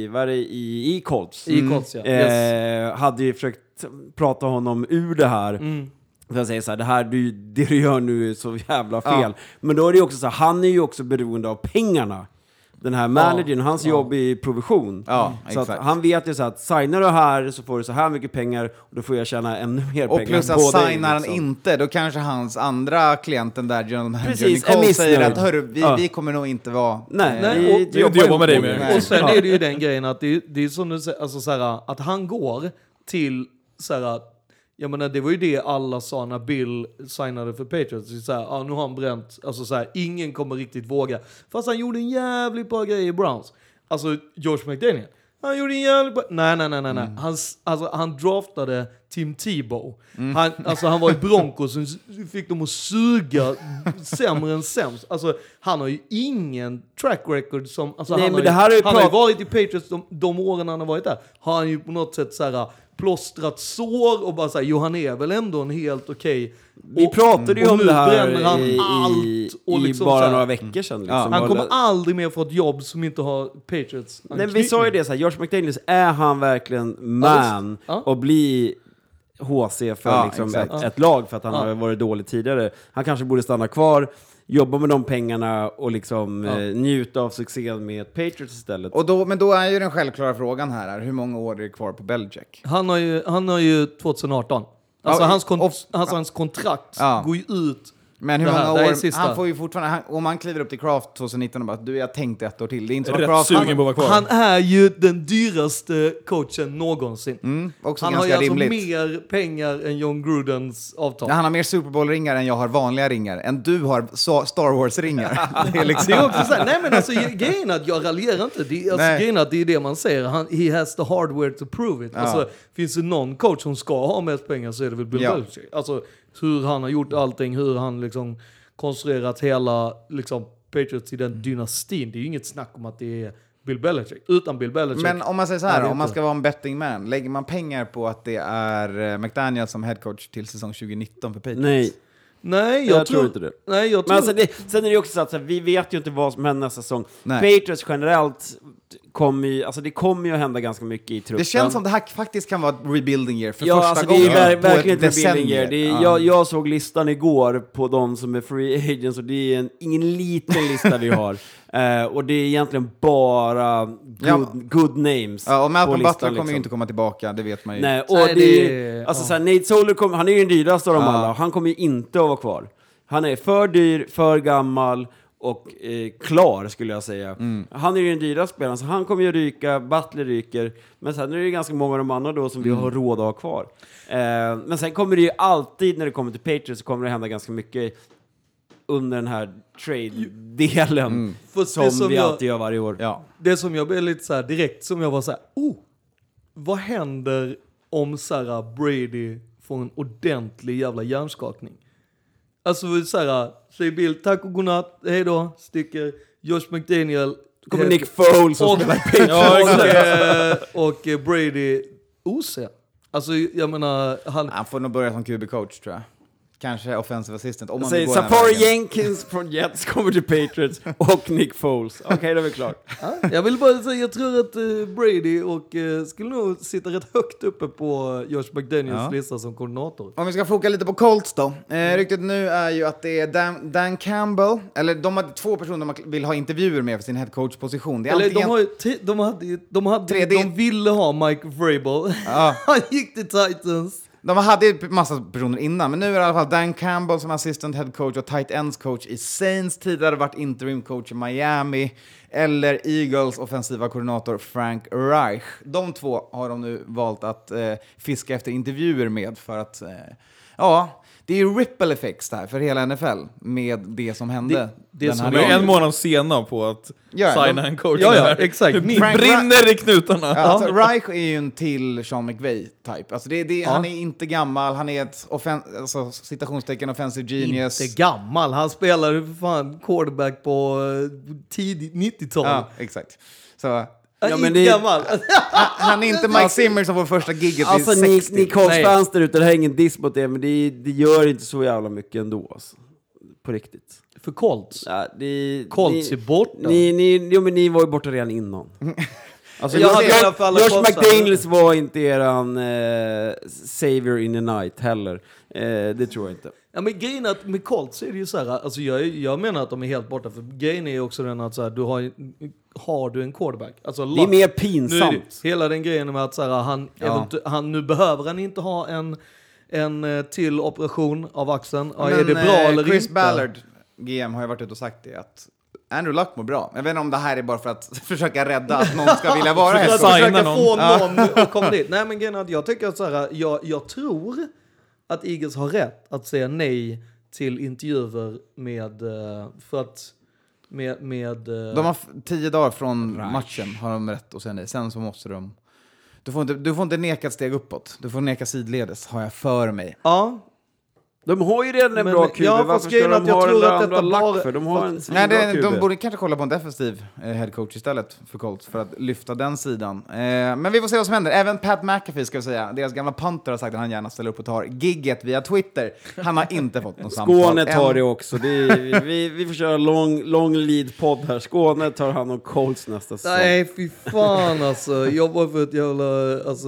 i Colts. I Colts, ja. Yes. Hade ju försökt prata honom ur det här. För jag säger så här, det du gör nu är så jävla fel. Ja. Men då är det ju också så här, han är ju också beroende av pengarna. Den här managern, hans jobb är provision. Ja, så exakt. att han vet ju så att signar du här så får du så här mycket pengar och då får jag tjäna ännu mer pengar. Och plus att signar han inte, då kanske hans andra klienten där, general manager Precis, Nicole, är säger missnöjd. att hörru, vi kommer nog inte vara... Nej, vi jobbar med dig med. Och sen är det ju den grejen att det är som du säger, alltså så här, att han går till så här, jag menar, det var ju det alla sa när Bill signade för Patriots. Så här, nu har han bränt, alltså så här, ingen kommer riktigt våga. Fast han gjorde en jävligt bra grej i Browns. Alltså George McDaniel. Han gjorde en jävligt bra... Nej. Han draftade Tim Tebow. Han var i Broncos som fick dem att suga sämre än sämst. Alltså, han har ju ingen track record som... Alltså, Nej, han men det här är ju har ju varit i Patriots de åren han har varit där. Har han ju på något sätt så här plåstrat sår och bara säga, han är väl ändå en helt okej. Vi pratade ju om det här bränner han allt och i liksom bara så här, några veckor sedan. Liksom. han kommer aldrig mer få ett jobb som inte har Patriots. Nej, vi sa ju det så här, George McDaniels, är han verkligen man och bli HC för liksom ett lag för att han har varit dålig tidigare. Han kanske borde stanna kvar, jobba med de pengarna och liksom njuta av succén med Patriots istället. Men då är ju den självklara frågan här, hur många år är det kvar på Belichick? Han har ju 2018. Alltså hans kontrakt går ju ut. Men hur många år? Han får ju fortfarande, om han kliver upp till Kraft 2019 och bara, jag tänkte ett år till. Det är inte Rätt Kraft, sugen på att vara kvar. Han är ju den dyraste coachen någonsin. också Han har ganska ju alltså rimligt. mer pengar än John Grudens avtal. Han har mer Super Bowl-ringar än jag har vanliga ringar. Än du har Star Wars-ringar. Det är också så här, nej men alltså grejen är att jag raljerar inte. Grejen är att det är det man säger. He has the hardware to prove it. Alltså, finns det någon coach som ska ha mest pengar så är det väl Bill Belichick. Alltså hur han har gjort allting, hur han liksom konstruerat hela liksom Patriots i den dynastin. Det är ju inget snack om att det är Bill Belichick. Utan Bill Belichick. Men om man säger så här, om man ska vara en betting man, lägger man pengar på att det är McDaniel som headcoach till säsong 2019 för Patriots? Nej, jag tror inte det. Nej, jag tror... Men alltså sen är det också så att vi vet ju inte vad som händer nästa säsong. Nej. Patriots generellt det kommer ju att hända ganska mycket i truppen. Det känns som det här faktiskt kan vara ett rebuilding year för Ja, första alltså gången det är på verkligen ett ett rebuilding decennium. year. Jag såg listan igår på de som är free agents och det är ingen liten lista vi har. Och det är egentligen bara good names. Ja, och Malcolm listan, Butler kommer liksom. ju inte komma tillbaka, det vet man ju. Nej, och alltså såhär, Nate Solder han är ju den dyraste av dem alla. Han kommer ju inte att vara kvar. Han är för dyr, för gammal och klar skulle jag säga. Han är ju den dyra spelaren, så han kommer ju ryka, Butler ryker. Men sen är det ju ganska många av de andra då som vi har råd att ha kvar. Men sen kommer det ju alltid, när det kommer till Patriots, så kommer det hända ganska mycket under den här trade-delen som vi alltid gör varje år. Ja. Det som jag blev lite så här direkt, som jag var så här, vad händer om Sarah Brady får en ordentlig jävla hjärnskakning? Alltså så här, säger Bill, tack och godnatt, hej då, sticker Josh McDaniel. Kommer Nick Foles som spelar Patriots. Och Brady OC. Alltså jag menar, Han får nog börja som QB-coach tror jag. Kanske offensive assistant. Om man Säger vill gå den Safari vägen. Jenkins från Jets kommer till Patriots och Nick Foles. Okej, då är vi klart. jag vill bara säga, jag tror att Brady och skulle nog sitta rätt högt uppe på Josh McDaniels lista som koordinator. Om vi ska foka lite på Colts då. Ryktet nu är ju att det är Dan Campbell, eller de hade 2 personer de vill ha intervjuer med för sin headcoach-position. Det är Eller antingen... de ville ha Mike Vrabel. Han gick till Titans. De hade ju massa personer innan, men nu är det i alla fall Dan Campbell som assistant head coach och tight ends coach i Saints. Tidigare varit interim coach i Miami. Eller Eagles offensiva koordinator Frank Reich. De 2 har de nu valt att fiska efter intervjuer med för att... Det är ju ripple effects där för hela NFL med det som hände. Det den som här Det är dagen. en månad sena på att signa en coach. Ja, exakt. Det brinner i knutarna. Ja, alltså, Reich är ju en till Sean McVay-type. Alltså han är inte gammal, han är ett citationstecken offensive genius. Inte gammal, han spelade för fan quarterback på tidigt 90-tal. Ja, exakt. Så, Ja, men inte det- gammal. han är inte Mike Zimmer som får första gigget Alltså vid ni 60. Colts-fans där ute, det här är ingen diss mot det, men det gör inte så jävla mycket ändå. Alltså. På riktigt. För Colts. Ja, Colts är borta. Men ni var ju borta redan innan. Alltså, Jag hade i alla fall Josh Colts. McDaniels var inte eran savior in the night heller. Det tror jag inte. Ja, men grejen är att med Colts är det ju så här, alltså jag menar att de är helt borta, för grejen är ju också den att så här, har du en quarterback? Alltså, Det är mer nu är pinsamt. det, hela den grejen med att så här, nu behöver han inte ha en till operation av axeln. Ja, är det bra eller Chris inte? Ballard, GM, har ju varit ute och sagt det att Andrew Luck mår bra. Jag vet inte om det här är bara för att försöka rädda att någon ska vilja vara För att här. Signa försöka få någon. någon att komma dit. Nej, men grejen är att jag tycker att så här, jag tror att Eagles har rätt att säga nej till intervjuer med, för att med De har 10 dagar från matchen har de rätt att säga nej. Sen så måste de... Du får inte neka ett steg uppåt. Du får neka sidledes, har jag för mig. ja. De har ju redan en Men- bra QB. ja, fast Varför grejen ska är de att jag ha den tror där att andra detta bara- lack för? De har en Nej, svinbra QB. de borde kanske kolla på en defensiv headcoach istället för Colts för att lyfta den sidan. Men vi får se vad som händer. Även Pat McAfee, ska vi säga, deras gamla punter, har sagt att han gärna ställer upp och tar gigget via Twitter. Han har inte fått någon samtal. Skåne tar det också. Vi får köra lång lead-podd här. Skåne tar hand om Colts nästa säsong. Nej, fy fan alltså. Jag var för ett jävla, alltså...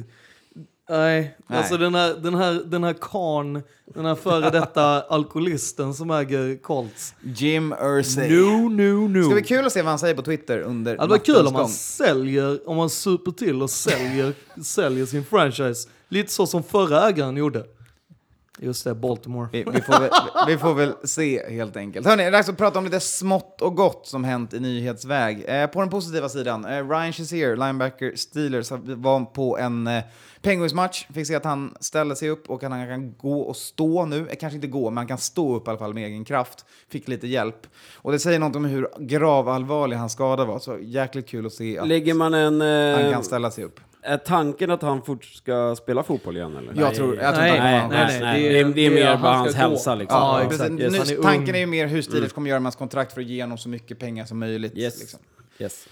Nej, alltså den här karn, den här före detta alkoholisten som äger Colts. Jim Irsay. No. Ska bli kul att se vad han säger på Twitter under Det var kul om man gång. säljer, om man super till och säljer sin franchise. Lite så som förra ägaren gjorde. Just det, Baltimore. Vi får väl se helt enkelt. Hörrni, det är dags att prata om lite smått och gott som hänt i nyhetsväg. På den positiva sidan, Ryan Shazier, linebacker Steelers, var på en Penguins-match. Fick se att han ställde sig upp och han kan gå och stå nu. Kanske inte gå, men han kan stå upp i alla fall med egen kraft. Fick lite hjälp. Och det säger något om hur gravallvarlig hans skada var. Så jäkligt kul att se att Lägger man han kan ställa sig upp. Är tanken att han fort ska spela fotboll igen eller? Jag tror inte Nej, han Det är mer han bara ska hans gå. hälsa liksom. Ja, Precis. exakt. Nu, Han är tanken ung. är ju mer hur Steelers kommer göra med hans kontrakt för att ge honom så mycket pengar som möjligt. Yes. Liksom. Yes.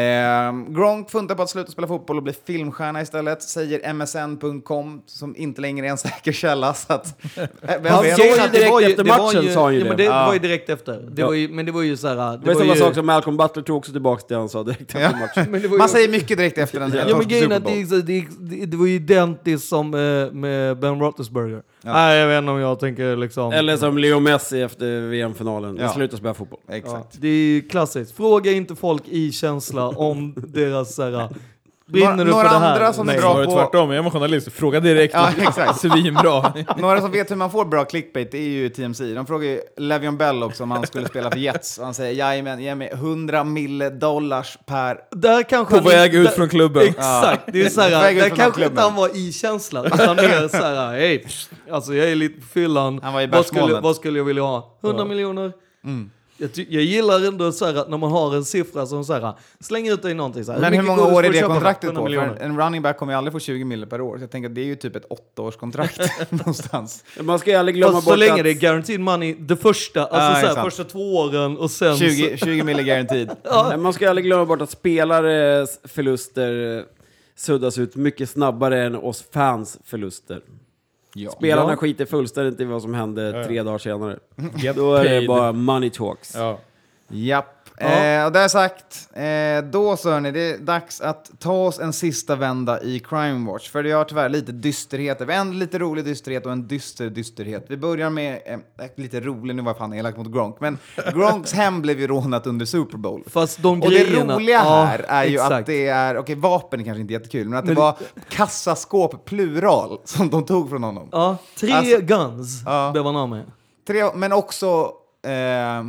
Gronk funtar på att sluta spela fotboll och bli filmstjärna istället, säger MSN.com, som inte längre är en säker källa. Så att, Han vet? sa ju direkt efter matchen, sa han ju ja, men det. det var ju direkt efter. Det Ja. var ju, men det var ju så här... Det var samma sak som Malcolm Butler tog också tillbaka till han sa direkt efter matchen. Men det var ju Man säger mycket direkt efter den Ja, men grejen är att det var ju identiskt som med Ben Roethlisberger. Ja. Nej, jag vet inte om jag tänker liksom... Eller som Leo Messi efter VM-finalen. Ja. Jag slutar spela fotboll. Exakt. Ja, det är ju klassiskt. Fråga inte folk i känsla om deras såhär... Brinner du Några för det här? andra som är Nej. bra Var det på- tvärtom? Jag är journalist. Fråga direkt. Ja, exakt. Svinbra. Några som vet hur man får bra clickbait, det är ju TMC. De frågar ju Le'Veon Bell också om han skulle spela för Jets. Och han säger, jajamän, ge mig $100 miljoner per... Där kanske På han väg inte- ut från klubben. Exakt, det är På såhär, väg ut där från kanske klubben. inte han var i känslan. Han är såhär, hej, alltså jag är lite på fyllan. Han var i vad, skulle, bästmålet. vad skulle jag vilja ha? 100 miljoner? Jag gillar ändå så här att när man har en siffra som så här, slänger ut dig någonting så här. Men hur mycket många godis år får är du det köpa för? kontraktet 100 på? För miljoner. en running back kommer ju aldrig få 20 miljoner per år. Så jag tänker att det är ju typ ett 8-årskontrakt någonstans. Man ska ju aldrig glömma Fast bort så länge att... det är guaranteed money, det första, alltså så här, exakt. första 2 åren och sen... 20 miljoner guaranteed. Nej, man ska ju aldrig glömma bort att spelares förluster suddas ut mycket snabbare än oss fans förluster. Ja. Spelarna skiter fullständigt i vad som hände 3 dagar senare. Get Då är det paid. bara money talks. Ja. Japp. Och det är sagt, då så hörni, det är dags att ta oss en sista vända i Crime Watch. För det har tyvärr lite dysterheter. Vi har en lite rolig dysterhet och en dysterhet. Vi börjar med lite rolig, nu var jag fan elak mot Gronk. Men Gronks hem blev ju rånat under Super Bowl. Fast de Och grejerna... det roliga här är ju exakt. att det är, okej, vapen är kanske inte jättekul, men att det var kassaskåp plural som de tog från honom. Ja, 3 Alltså- guns Ja. blev han av med. 3, men också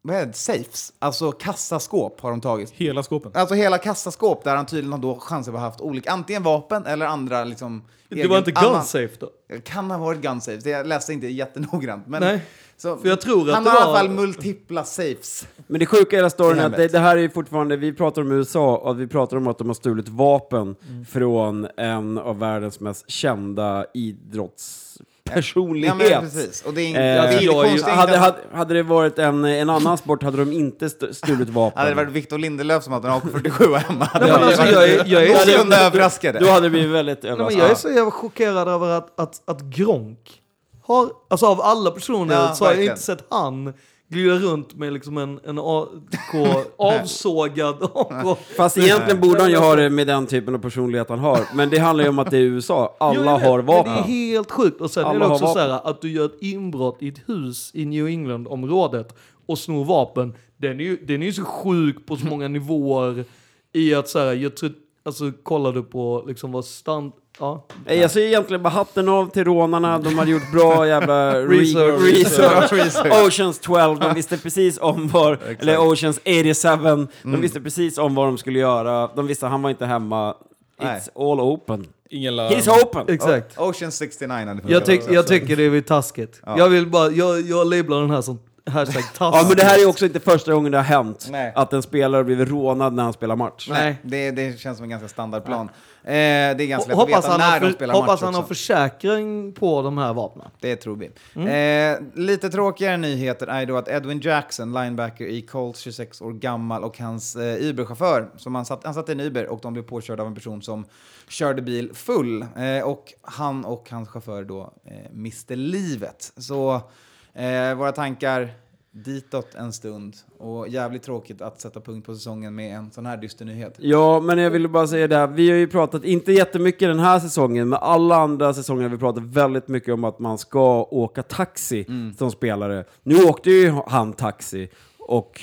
vad är det? Safes. Alltså kassaskåp har de tagit. Hela skåpen. Alltså hela kassaskåp där han tydligen har då chanser att ha haft olika, antingen vapen eller andra liksom... Det var inte gunsafe då? Kan ha varit gunsafe. Jag läste inte jättenoggrant. Men Nej, så, för jag tror att han det har i var... alla fall multipla safes. Men det sjuka i hela storyn I är att hemmet. det här är ju fortfarande, vi pratar om USA och vi pratar om att de har stulit vapen från en av världens mest kända idrottspersonlighet. Ja, men precis. Och det är, det är jag är ju- konstigt. Hade det varit en annan sport hade de inte stulit vapen. Hade det varit Victor Lindelöf som hade en AK47 hemma? Nej, men alltså, jag är någorlunda överraskade. Då hade det blivit väldigt Nej, men överraskande. jag är så jävla chockerad över att Gronk har, alltså av alla personer Ja, så har jag verkligen. inte sett han glida runt med liksom en AK avsågad AK. Fast egentligen borde han ju ha det med den typen av personlighet han har. Men det handlar ju om att det är USA. Alla Jo, jag vet, har men vapen. det är helt sjukt. Och sen Alla är det har också så vapen. här att du gör ett inbrott i ett hus i New England-området och snor vapen. Den är ju så sjuk på så många nivåer i att så här, jag tror, alltså kollar du på liksom vad ja. Nej, jag ser egentligen bara hatten av till rånarna. De hade gjort bra jävla Research. Oceans 12, de visste precis om var, eller Oceans 87, de visste precis om vad de skulle göra. De visste att han var inte hemma. It's all open. Ingen lär... He's open! Exakt. Ocean 69 hade funkat. Jag tycker det är taskigt. Ja. Jag vill bara, jag lablar den här som hashtag taskigt. Ja, men det här är också inte första gången det har hänt. Nej. Att en spelare blivit rånad när han spelar match. Nej, det känns som en ganska standardplan. Det är ganska lätt att Hoppas veta när de spelar match hoppas han har också. försäkring på de här vapnen. Det tror vi. Lite tråkigare nyheter är då att Edwin Jackson, linebacker i Colts, 26 år gammal, och hans Uber-chaufför, som han satt i en Uber och de blev påkörda av en person som körde bil full. Och han och hans chaufför då miste livet. Så våra tankar ditåt en stund. Och jävligt tråkigt att sätta punkt på säsongen med en sån här dyster nyhet. Ja, men jag ville bara säga det här. Vi har ju pratat, inte jättemycket den här säsongen, men alla andra säsonger har vi pratat väldigt mycket om att man ska åka taxi som spelare. Nu åkte ju han taxi och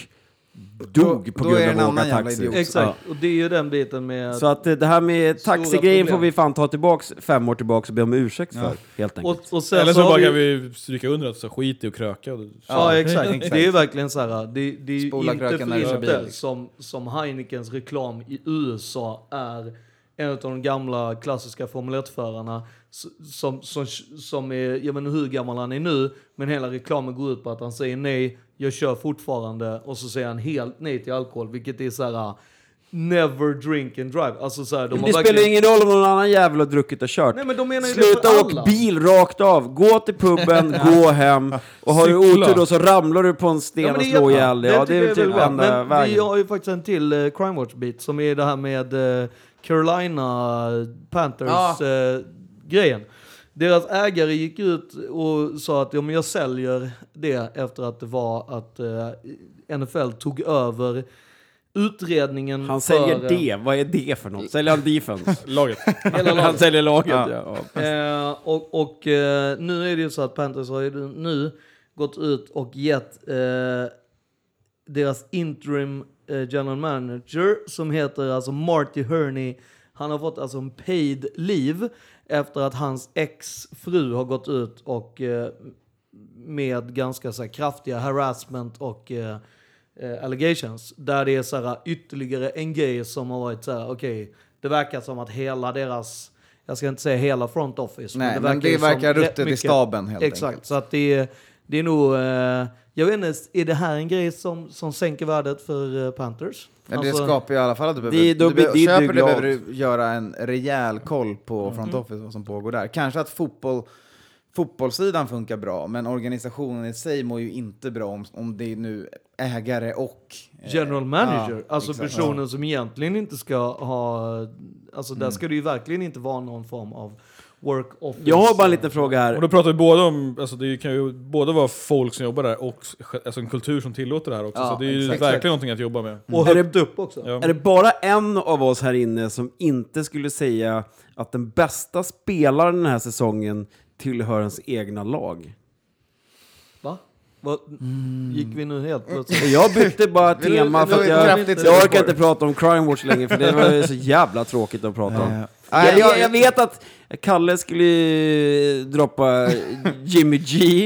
dog på då är grund en av att annan åka jävla taxi. idiot. Exakt, och det är ju den biten med... Så att det här med Stora taxigrejen problem. får vi fan ta tillbaks 5 år tillbaks och be om ursäkt för, helt enkelt. och sen Eller så har bara vi- kan vi stryka under att så skit i och kröka. Ja, exakt. exakt. Det är ju verkligen så här. Det är ju Spola inte kröken när du för kör bil, inte liksom. som Heinekens reklam i USA är en av de gamla klassiska Formel 1-förarna som är, jag vet inte hur gammal han är nu, men hela reklamen går ut på att han säger nej, jag kör fortfarande, och så säger han helt nej till alkohol, vilket är så här: never drink and drive. Alltså så här, de har Det spelar ingen roll om någon annan jävel har druckit och kört. Nej, men de menar ju det Sluta för åk alla. bil rakt av. Gå till puben, gå hem. Och har du Cykla. otur då så ramlar du på en sten och slår ihjäl dig. Ja, det är typ enda Men vi vägen. har ju faktiskt en till Crime Watch-bit som är det här med Carolina Panthers grejen. Deras ägare gick ut och sa att om jag säljer det efter att det var att NFL tog över utredningen. Han säljer för, det. Vad är det för något? Säljer han defense? Laget. hela Han laget. säljer laget, Ja. ja. Nu är det ju så att Panthers har ju nu gått ut och gett deras interim general manager, som heter alltså Marty Herney, han har fått alltså en paid leave efter att hans ex-fru har gått ut och med ganska så här kraftiga harassment och allegations, där det är så här ytterligare en grej som har varit så här: okej, det verkar som att hela deras, jag ska inte säga hela front office, Nej, men det det verkar verkar som rätt ruttet i mycket- staben helt Exakt, enkelt. så att det är nog, jag vet inte, är det här en grej som sänker värdet för Panthers? Ja, det Alltså, skapar ju i alla fall att du Det- behöver, då du blir- behöver, det är köper du det glad. behöver du göra en rejäl koll på front office, vad som pågår där. Kanske att fotbollssidan funkar bra, men organisationen i sig mår ju inte bra om det är nu ägare och general manager, alltså exakt. personen som egentligen inte ska ha, alltså där ska det ju verkligen inte vara någon form av work office. Jag har bara en liten fråga Och här. då pratar vi både om, alltså det kan ju både vara folk som jobbar där och alltså en kultur som tillåter det här också. Ja, så det är ju exakt. verkligen någonting att jobba med. Och högt upp också. Ja. Är det bara en av oss här inne som inte skulle säga att den bästa spelaren den här säsongen tillhör ens egna lag? Va? Gick vi nu helt plötsligt? Jag bytte bara Vill du- tema för vill att du jag kraftigt orkar support? inte prata om Crime Watch längre, för det var ju så jävla tråkigt att prata om. Nej, Jag vet att Kalle skulle droppa Jimmy G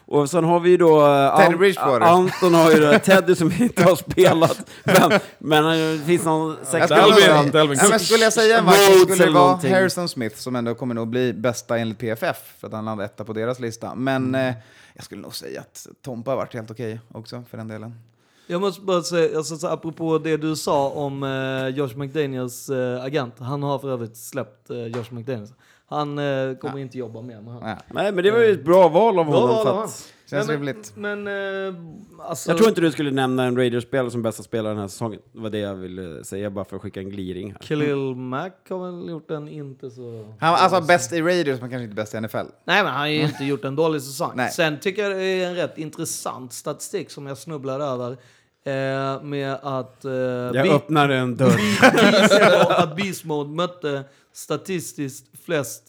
Och sen har vi ju då Teddy Bridgewater. Anton har ju då Teddy som inte har spelat. Men det finns någon skulle jag säga en match skulle det vara någonting. Harrison Smith som ändå kommer nog bli bästa enligt PFF för att han landar etta på deras lista. Men jag skulle nog säga att Tompa har varit helt okej också för den delen. Jag måste bara säga, alltså, så apropå det du sa om Josh McDaniels agent. Han har för övrigt släppt Josh McDaniels. Han kommer inte jobba mer med honom. Nej, men det var ju ett bra val av honom. För att... Känns rimligt. Men alltså... Jag tror inte du skulle nämna en Raiders-spelare som bästa spelare den här säsongen. Det var det jag ville säga, bara för att skicka en gliring här. Khalil Mack har väl gjort den inte så... Han var alltså bäst i Raiders, men kanske inte bäst i NFL. Nej, men han har ju inte gjort en dålig säsong. Nej. Sen tycker jag det är en rätt intressant statistik som jag snubblade över. Med att... jag öppnar en dörr. Att Beast Mode mötte statistiskt flest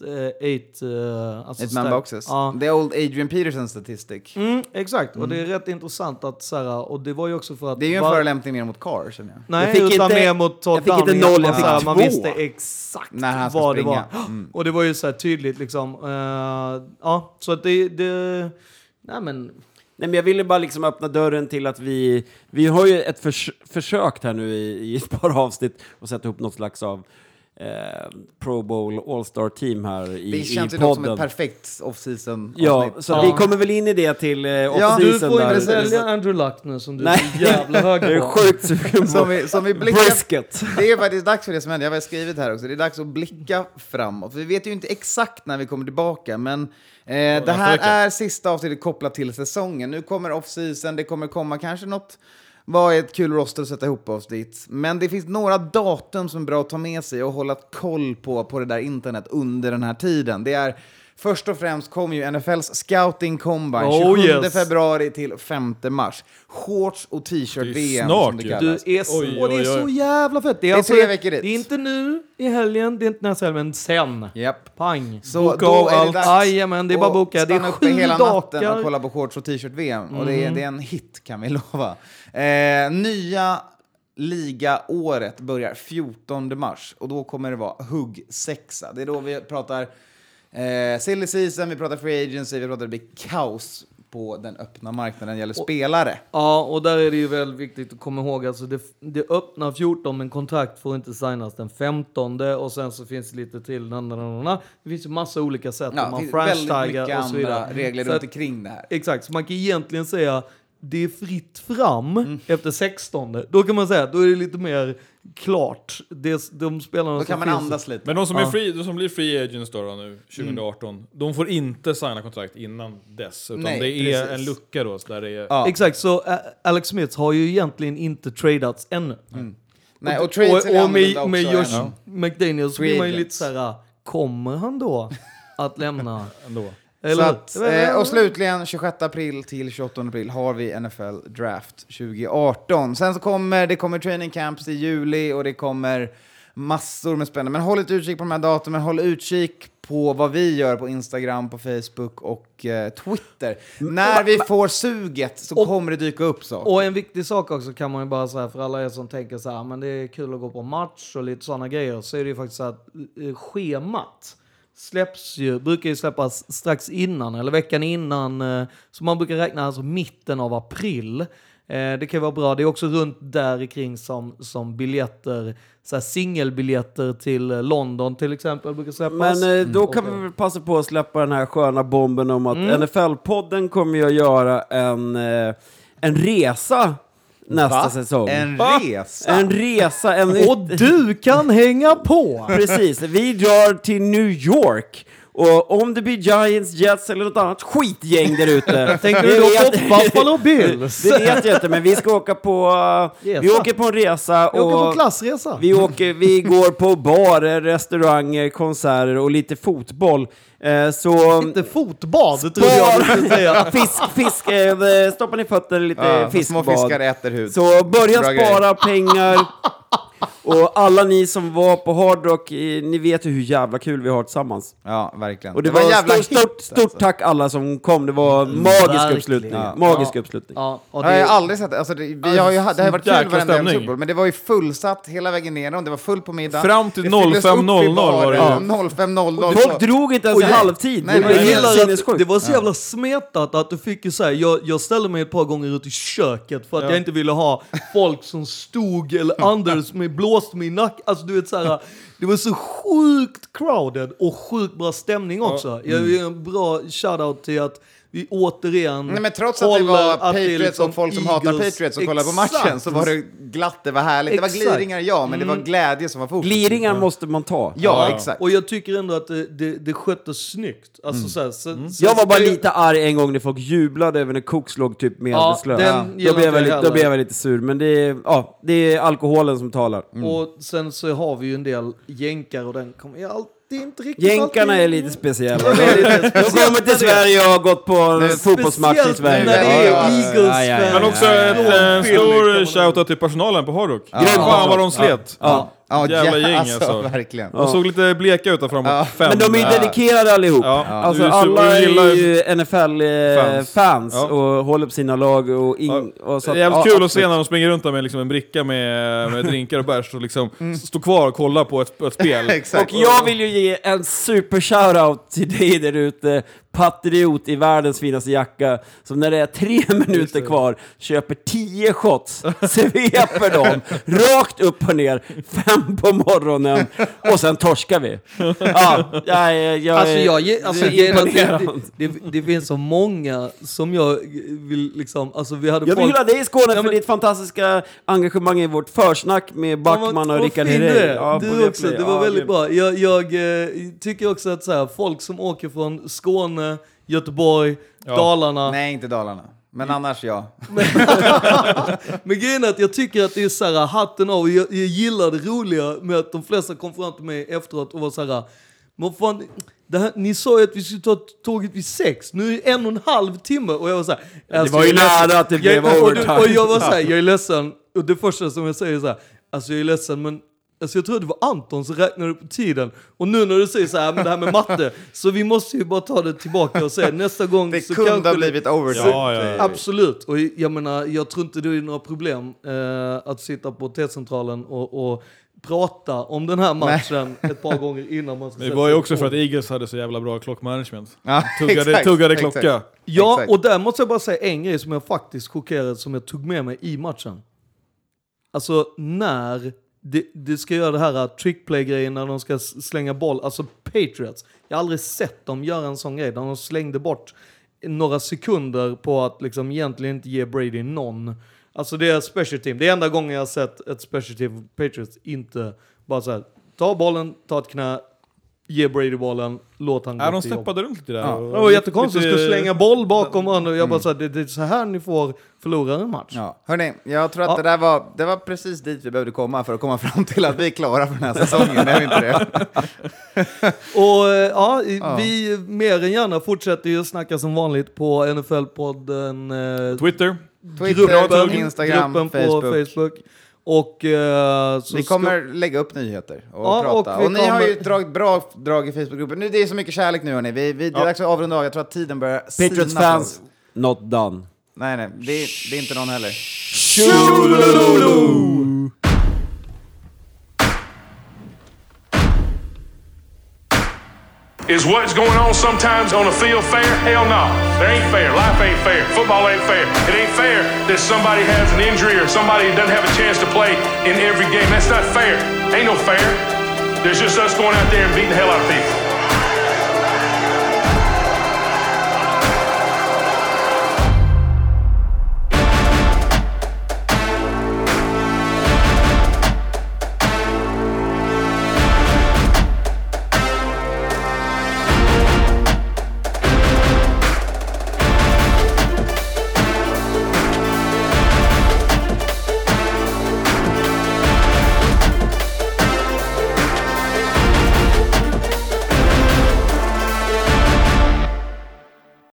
Ett man boxes. The old Adrian Peterson statistik. Exakt, och det är rätt intressant att så här, och det var ju också för att... Det är ju en förelämpning mer mot Carr, känner jag. Nej, utan mer mot Todd Downing. Man visste exakt när vad det var. Och det var ju så här tydligt liksom. Ja, så att det nej men jag ville bara liksom öppna dörren till att vi har ju ett försökt här nu i ett par avsnitt och sätta ihop något slags av Pro Bowl All-Star team här i podden. Det känns ju som ett perfekt off-season. Ja, så vi kommer väl in i det till off-season. Du får inte sälja Andrew Luck nu som du är så jävla hög på. Det är sjukt sugen på. Som vi blickar, brisket. Det är faktiskt dags för det som händer. Jag har skrivit här också. Det är dags att blicka framåt. Vi vet ju inte exakt när vi kommer tillbaka, men det här är sista avsnittet kopplat till säsongen. Nu kommer off-season, det kommer komma kanske något. Vad är ett kul roster att sätta ihop oss dit. Men det finns några datum som är bra att ta med sig och hålla koll på det där internet under den här tiden. Det är först och främst kommer ju NFLs Scouting Combine 27 februari till 5 mars. Shorts och t-shirt-VM som det kallas. Det är så jävla fett. Det är 3 veckor dit. Det är inte nu i helgen, det är inte nästa helg, men sen. Yep. Pang. Så boka då är det dags men det är bara boka. Det är 7 hela natten dagar. och kolla på shorts och t-shirt-VM. Och det är en hit, kan vi lova. Nya ligaåret börjar 14 mars. Och då kommer det vara hugg 6. Det är då vi pratar silly season, vi pratar free agency, vi pratar det blir kaos på den öppna marknaden gäller spelare. Ja, och där är det ju väldigt viktigt att komma ihåg. Alltså det öppnar 14, men kontrakt får inte signas den 15. Och sen så finns det lite till. Det finns ju massa olika sätt. Man franchisear och så vidare. Regler runt omkring det här. Exakt, så man kan egentligen säga det är fritt fram efter 16. Då kan man säga, då är det lite mer klart. De spelarna då kan man andas lite. Men de som blir free agents då nu 2018, de får inte signa kontrakt innan dess. Utan det är en lucka då. Där det är... Ja. Exakt, så Alex Smith har ju egentligen inte tradats ännu. Nej, och med Josh McDaniels blir man ju lite så här, kommer han då att lämna ändå? Så att, och slutligen 26 april till 28 april har vi NFL Draft 2018. Sen så kommer training camps i juli och det kommer massor med spännande. Men håll ett utkik på de här datumen, håll utkik på vad vi gör på Instagram, på Facebook och Twitter. När vi får suget så kommer det dyka upp så. Och en viktig sak också kan man ju bara säga för alla er som tänker så här, men det är kul att gå på match och lite sådana grejer, så är det ju faktiskt så att schemat brukar ju släppas strax innan eller veckan innan, så man brukar räkna alltså mitten av april. Det kan vara bra. Det är också runt där kring som biljetter, så här singelbiljetter till London till exempel brukar släppas. Men då kan vi väl passa på att släppa den här sköna bomben om att NFL-podden kommer ju att göra en resa nästa säsong. En resa. Och du kan hänga på! Precis, vi drar till New York. Och om det blir Giants, Jets eller något annat skitgäng där ute. Tänker du då på Buffalo Bills? Det vet jag inte, men vi ska åka på... Vi åker på en resa. Vi åker på klassresa. Vi går på barer, restauranger, konserter och lite fotboll. Så inte fotbad, det tror jag skulle säga. Fisk, stoppar ni fötter lite fiskbad. Små fiskar äter hud. Så börja spara pengar. Och alla ni som var på Hard Rock, ni vet ju hur jävla kul vi har tillsammans. Ja, verkligen. Och det var var jävla stort tack alla som kom. Det var magisk Verkligen. uppslutning. Ja. Magisk uppslutning. Ja, och Jag har aldrig sett det. Alltså, vi har ju, det har varit kul jäkla varenda stämning. Super Bowl, men det var ju fullsatt hela vägen ner. Det var fullt på middag. Fram till Det fylldes upp i 05.00 var det ju. baren. 05.00. Folk drog inte ens i halvtid. Nej, Det var men Jag helt gillar sinnessjukt. att det var så jävla smetat att du fick ju säga, jag ställde mig ett par gånger ut i köket för att jag inte ville ha folk som stod eller andades med blåst mig i nacken. Alltså du vet såhär, det var så sjukt crowded och sjukt bra stämning också. Jag vill ge en bra shoutout till att vi återigen Nej, men trots att det håller var att det är Patriots liksom och folk som hatar Eagles. Patriots som kollar på Exakt. matchen så var det glatt, det var härligt. Det var Exakt. gliringar, ja, men det var glädje som var fokus. Gliringar måste man ta. Ja, exakt. Och jag tycker ändå att det sköttes snyggt. Alltså, Jag var bara lite arg en gång när folk jublade över när Cooks låg typ medvetslös. den Då gillar blev inte jag jag heller. då blev jag lite sur. Men det är alkoholen som talar. Och sen så har vi ju en del jänkar och den kommer jag alltid inte riktigt... Jänkarna är lite speciella. De är lite De speciella. kommer till Sverige och har gått på en fotbollsmatch i Speciellt Sverige. när det är Ja, Eagles-fans. Men också en stor shoutout till personalen på Hard Rock. Fan vad de slet. Ja. Ja, Jävla gäng alltså. Verkligen. Ja. De såg lite bleka ut där framåt 5. Men de är dedikerade allihop. Ja. Alltså Du- alla du gillar- är ju NFL-fans Ja. och håller på sina lag. Och och så Det är jävligt kul att se absolut. när de springer runt där med liksom en bricka med drinkar och bärs och liksom står kvar och kollar på ett spel. Exakt. Och jag vill ju ge en super shoutout till dig där ute, patriot i världens finaste jacka, som när det är 3 minuter kvar köper 10 shots, sveper dem rakt upp och ner 5 på morgonen och sen torskar vi. Ja, Det finns så många som jag vill liksom, alltså vi hade jag vill hylla dig i Skåne Ja, för men- ditt fantastiska engagemang i vårt försnack med Backman och Rickard Herrey. Ja, på Du också, Viaplay. det var Ja, väldigt bra. Jag tycker också att så här, folk som åker från Skåne, Göteborg, Dalarna. Nej, inte Dalarna. Men annars ja. Men grejen är att jag tycker att det är så här, hatten av. Jag gillar det roliga med att de flesta kom fram till mig efteråt och var så här, men fan, det här, ni sa ju att vi skulle ta tåget vid 6. Nu är det 1,5 timme. Och jag var så här, alltså, var ju jag är ledsen. nära att det blev och overtime. Och jag var så här, jag är ledsen. Och det första som jag säger är så här, alltså jag är ledsen men alltså jag tror det var Anton som räknade upp tiden. Och nu när du säger så här, men det här med matte, så vi måste ju bara ta det tillbaka och säga nästa gång Det så kunde kanske ha blivit overtime. Ja. Absolut. Och jag menar, jag tror inte det är några problem att sitta på T-centralen och prata om den här matchen ett par gånger innan man ska Men det sätta var ju sig också på. för att Eagles hade så jävla bra klockmanagement. Ja, Tuggade exakt. klocka. Ja, Exakt. och där måste jag bara säga en grej som jag faktiskt chockerad som jag tog med mig i matchen. Alltså när det ska göra det här trickplay-grejen när de ska slänga boll, alltså Patriots. Jag har aldrig sett dem göra en sån grej där de slängde bort några sekunder på att liksom egentligen inte ge Brady någon. Alltså det är special team. Det är enda gången jag har sett ett special team Patriots inte bara så här, ta bollen, ta ett knä, ge Brady bollen, låt han Ja, de gå till jobb. steppade runt lite där. Ja. och- Det var jättekonstigt, lite- ska slänga boll bakom varandra och jag bara såhär, det är så här ni får förlora en match. Ja. Hörrni, jag tror att det var precis dit vi behövde komma för att komma fram till att vi är klara för den här säsongen. Är vi inte det? Och vi mer än gärna fortsätter ju snacka som vanligt på NFL-podden Twitter. Twitter, Instagram, gruppen Facebook. på Facebook. Och så Vi kommer lägga upp nyheter och Ja, prata. och vi Och ni har ju kommer- dragit bra drag i Facebookgruppen. Nu, det är så mycket kärlek nu hörni. Det är dags att avrunda av. Jag tror att tiden börjar Patriots sina fans, på oss. not done. Nej, det är inte någon heller. Is what's going on sometimes on the field fair? Hell no. There ain't fair. Life ain't fair. Football ain't fair. It ain't fair that somebody has an injury or somebody doesn't have a chance to play in every game. That's not fair. Ain't no fair. There's just us going out there and beating the hell out of people.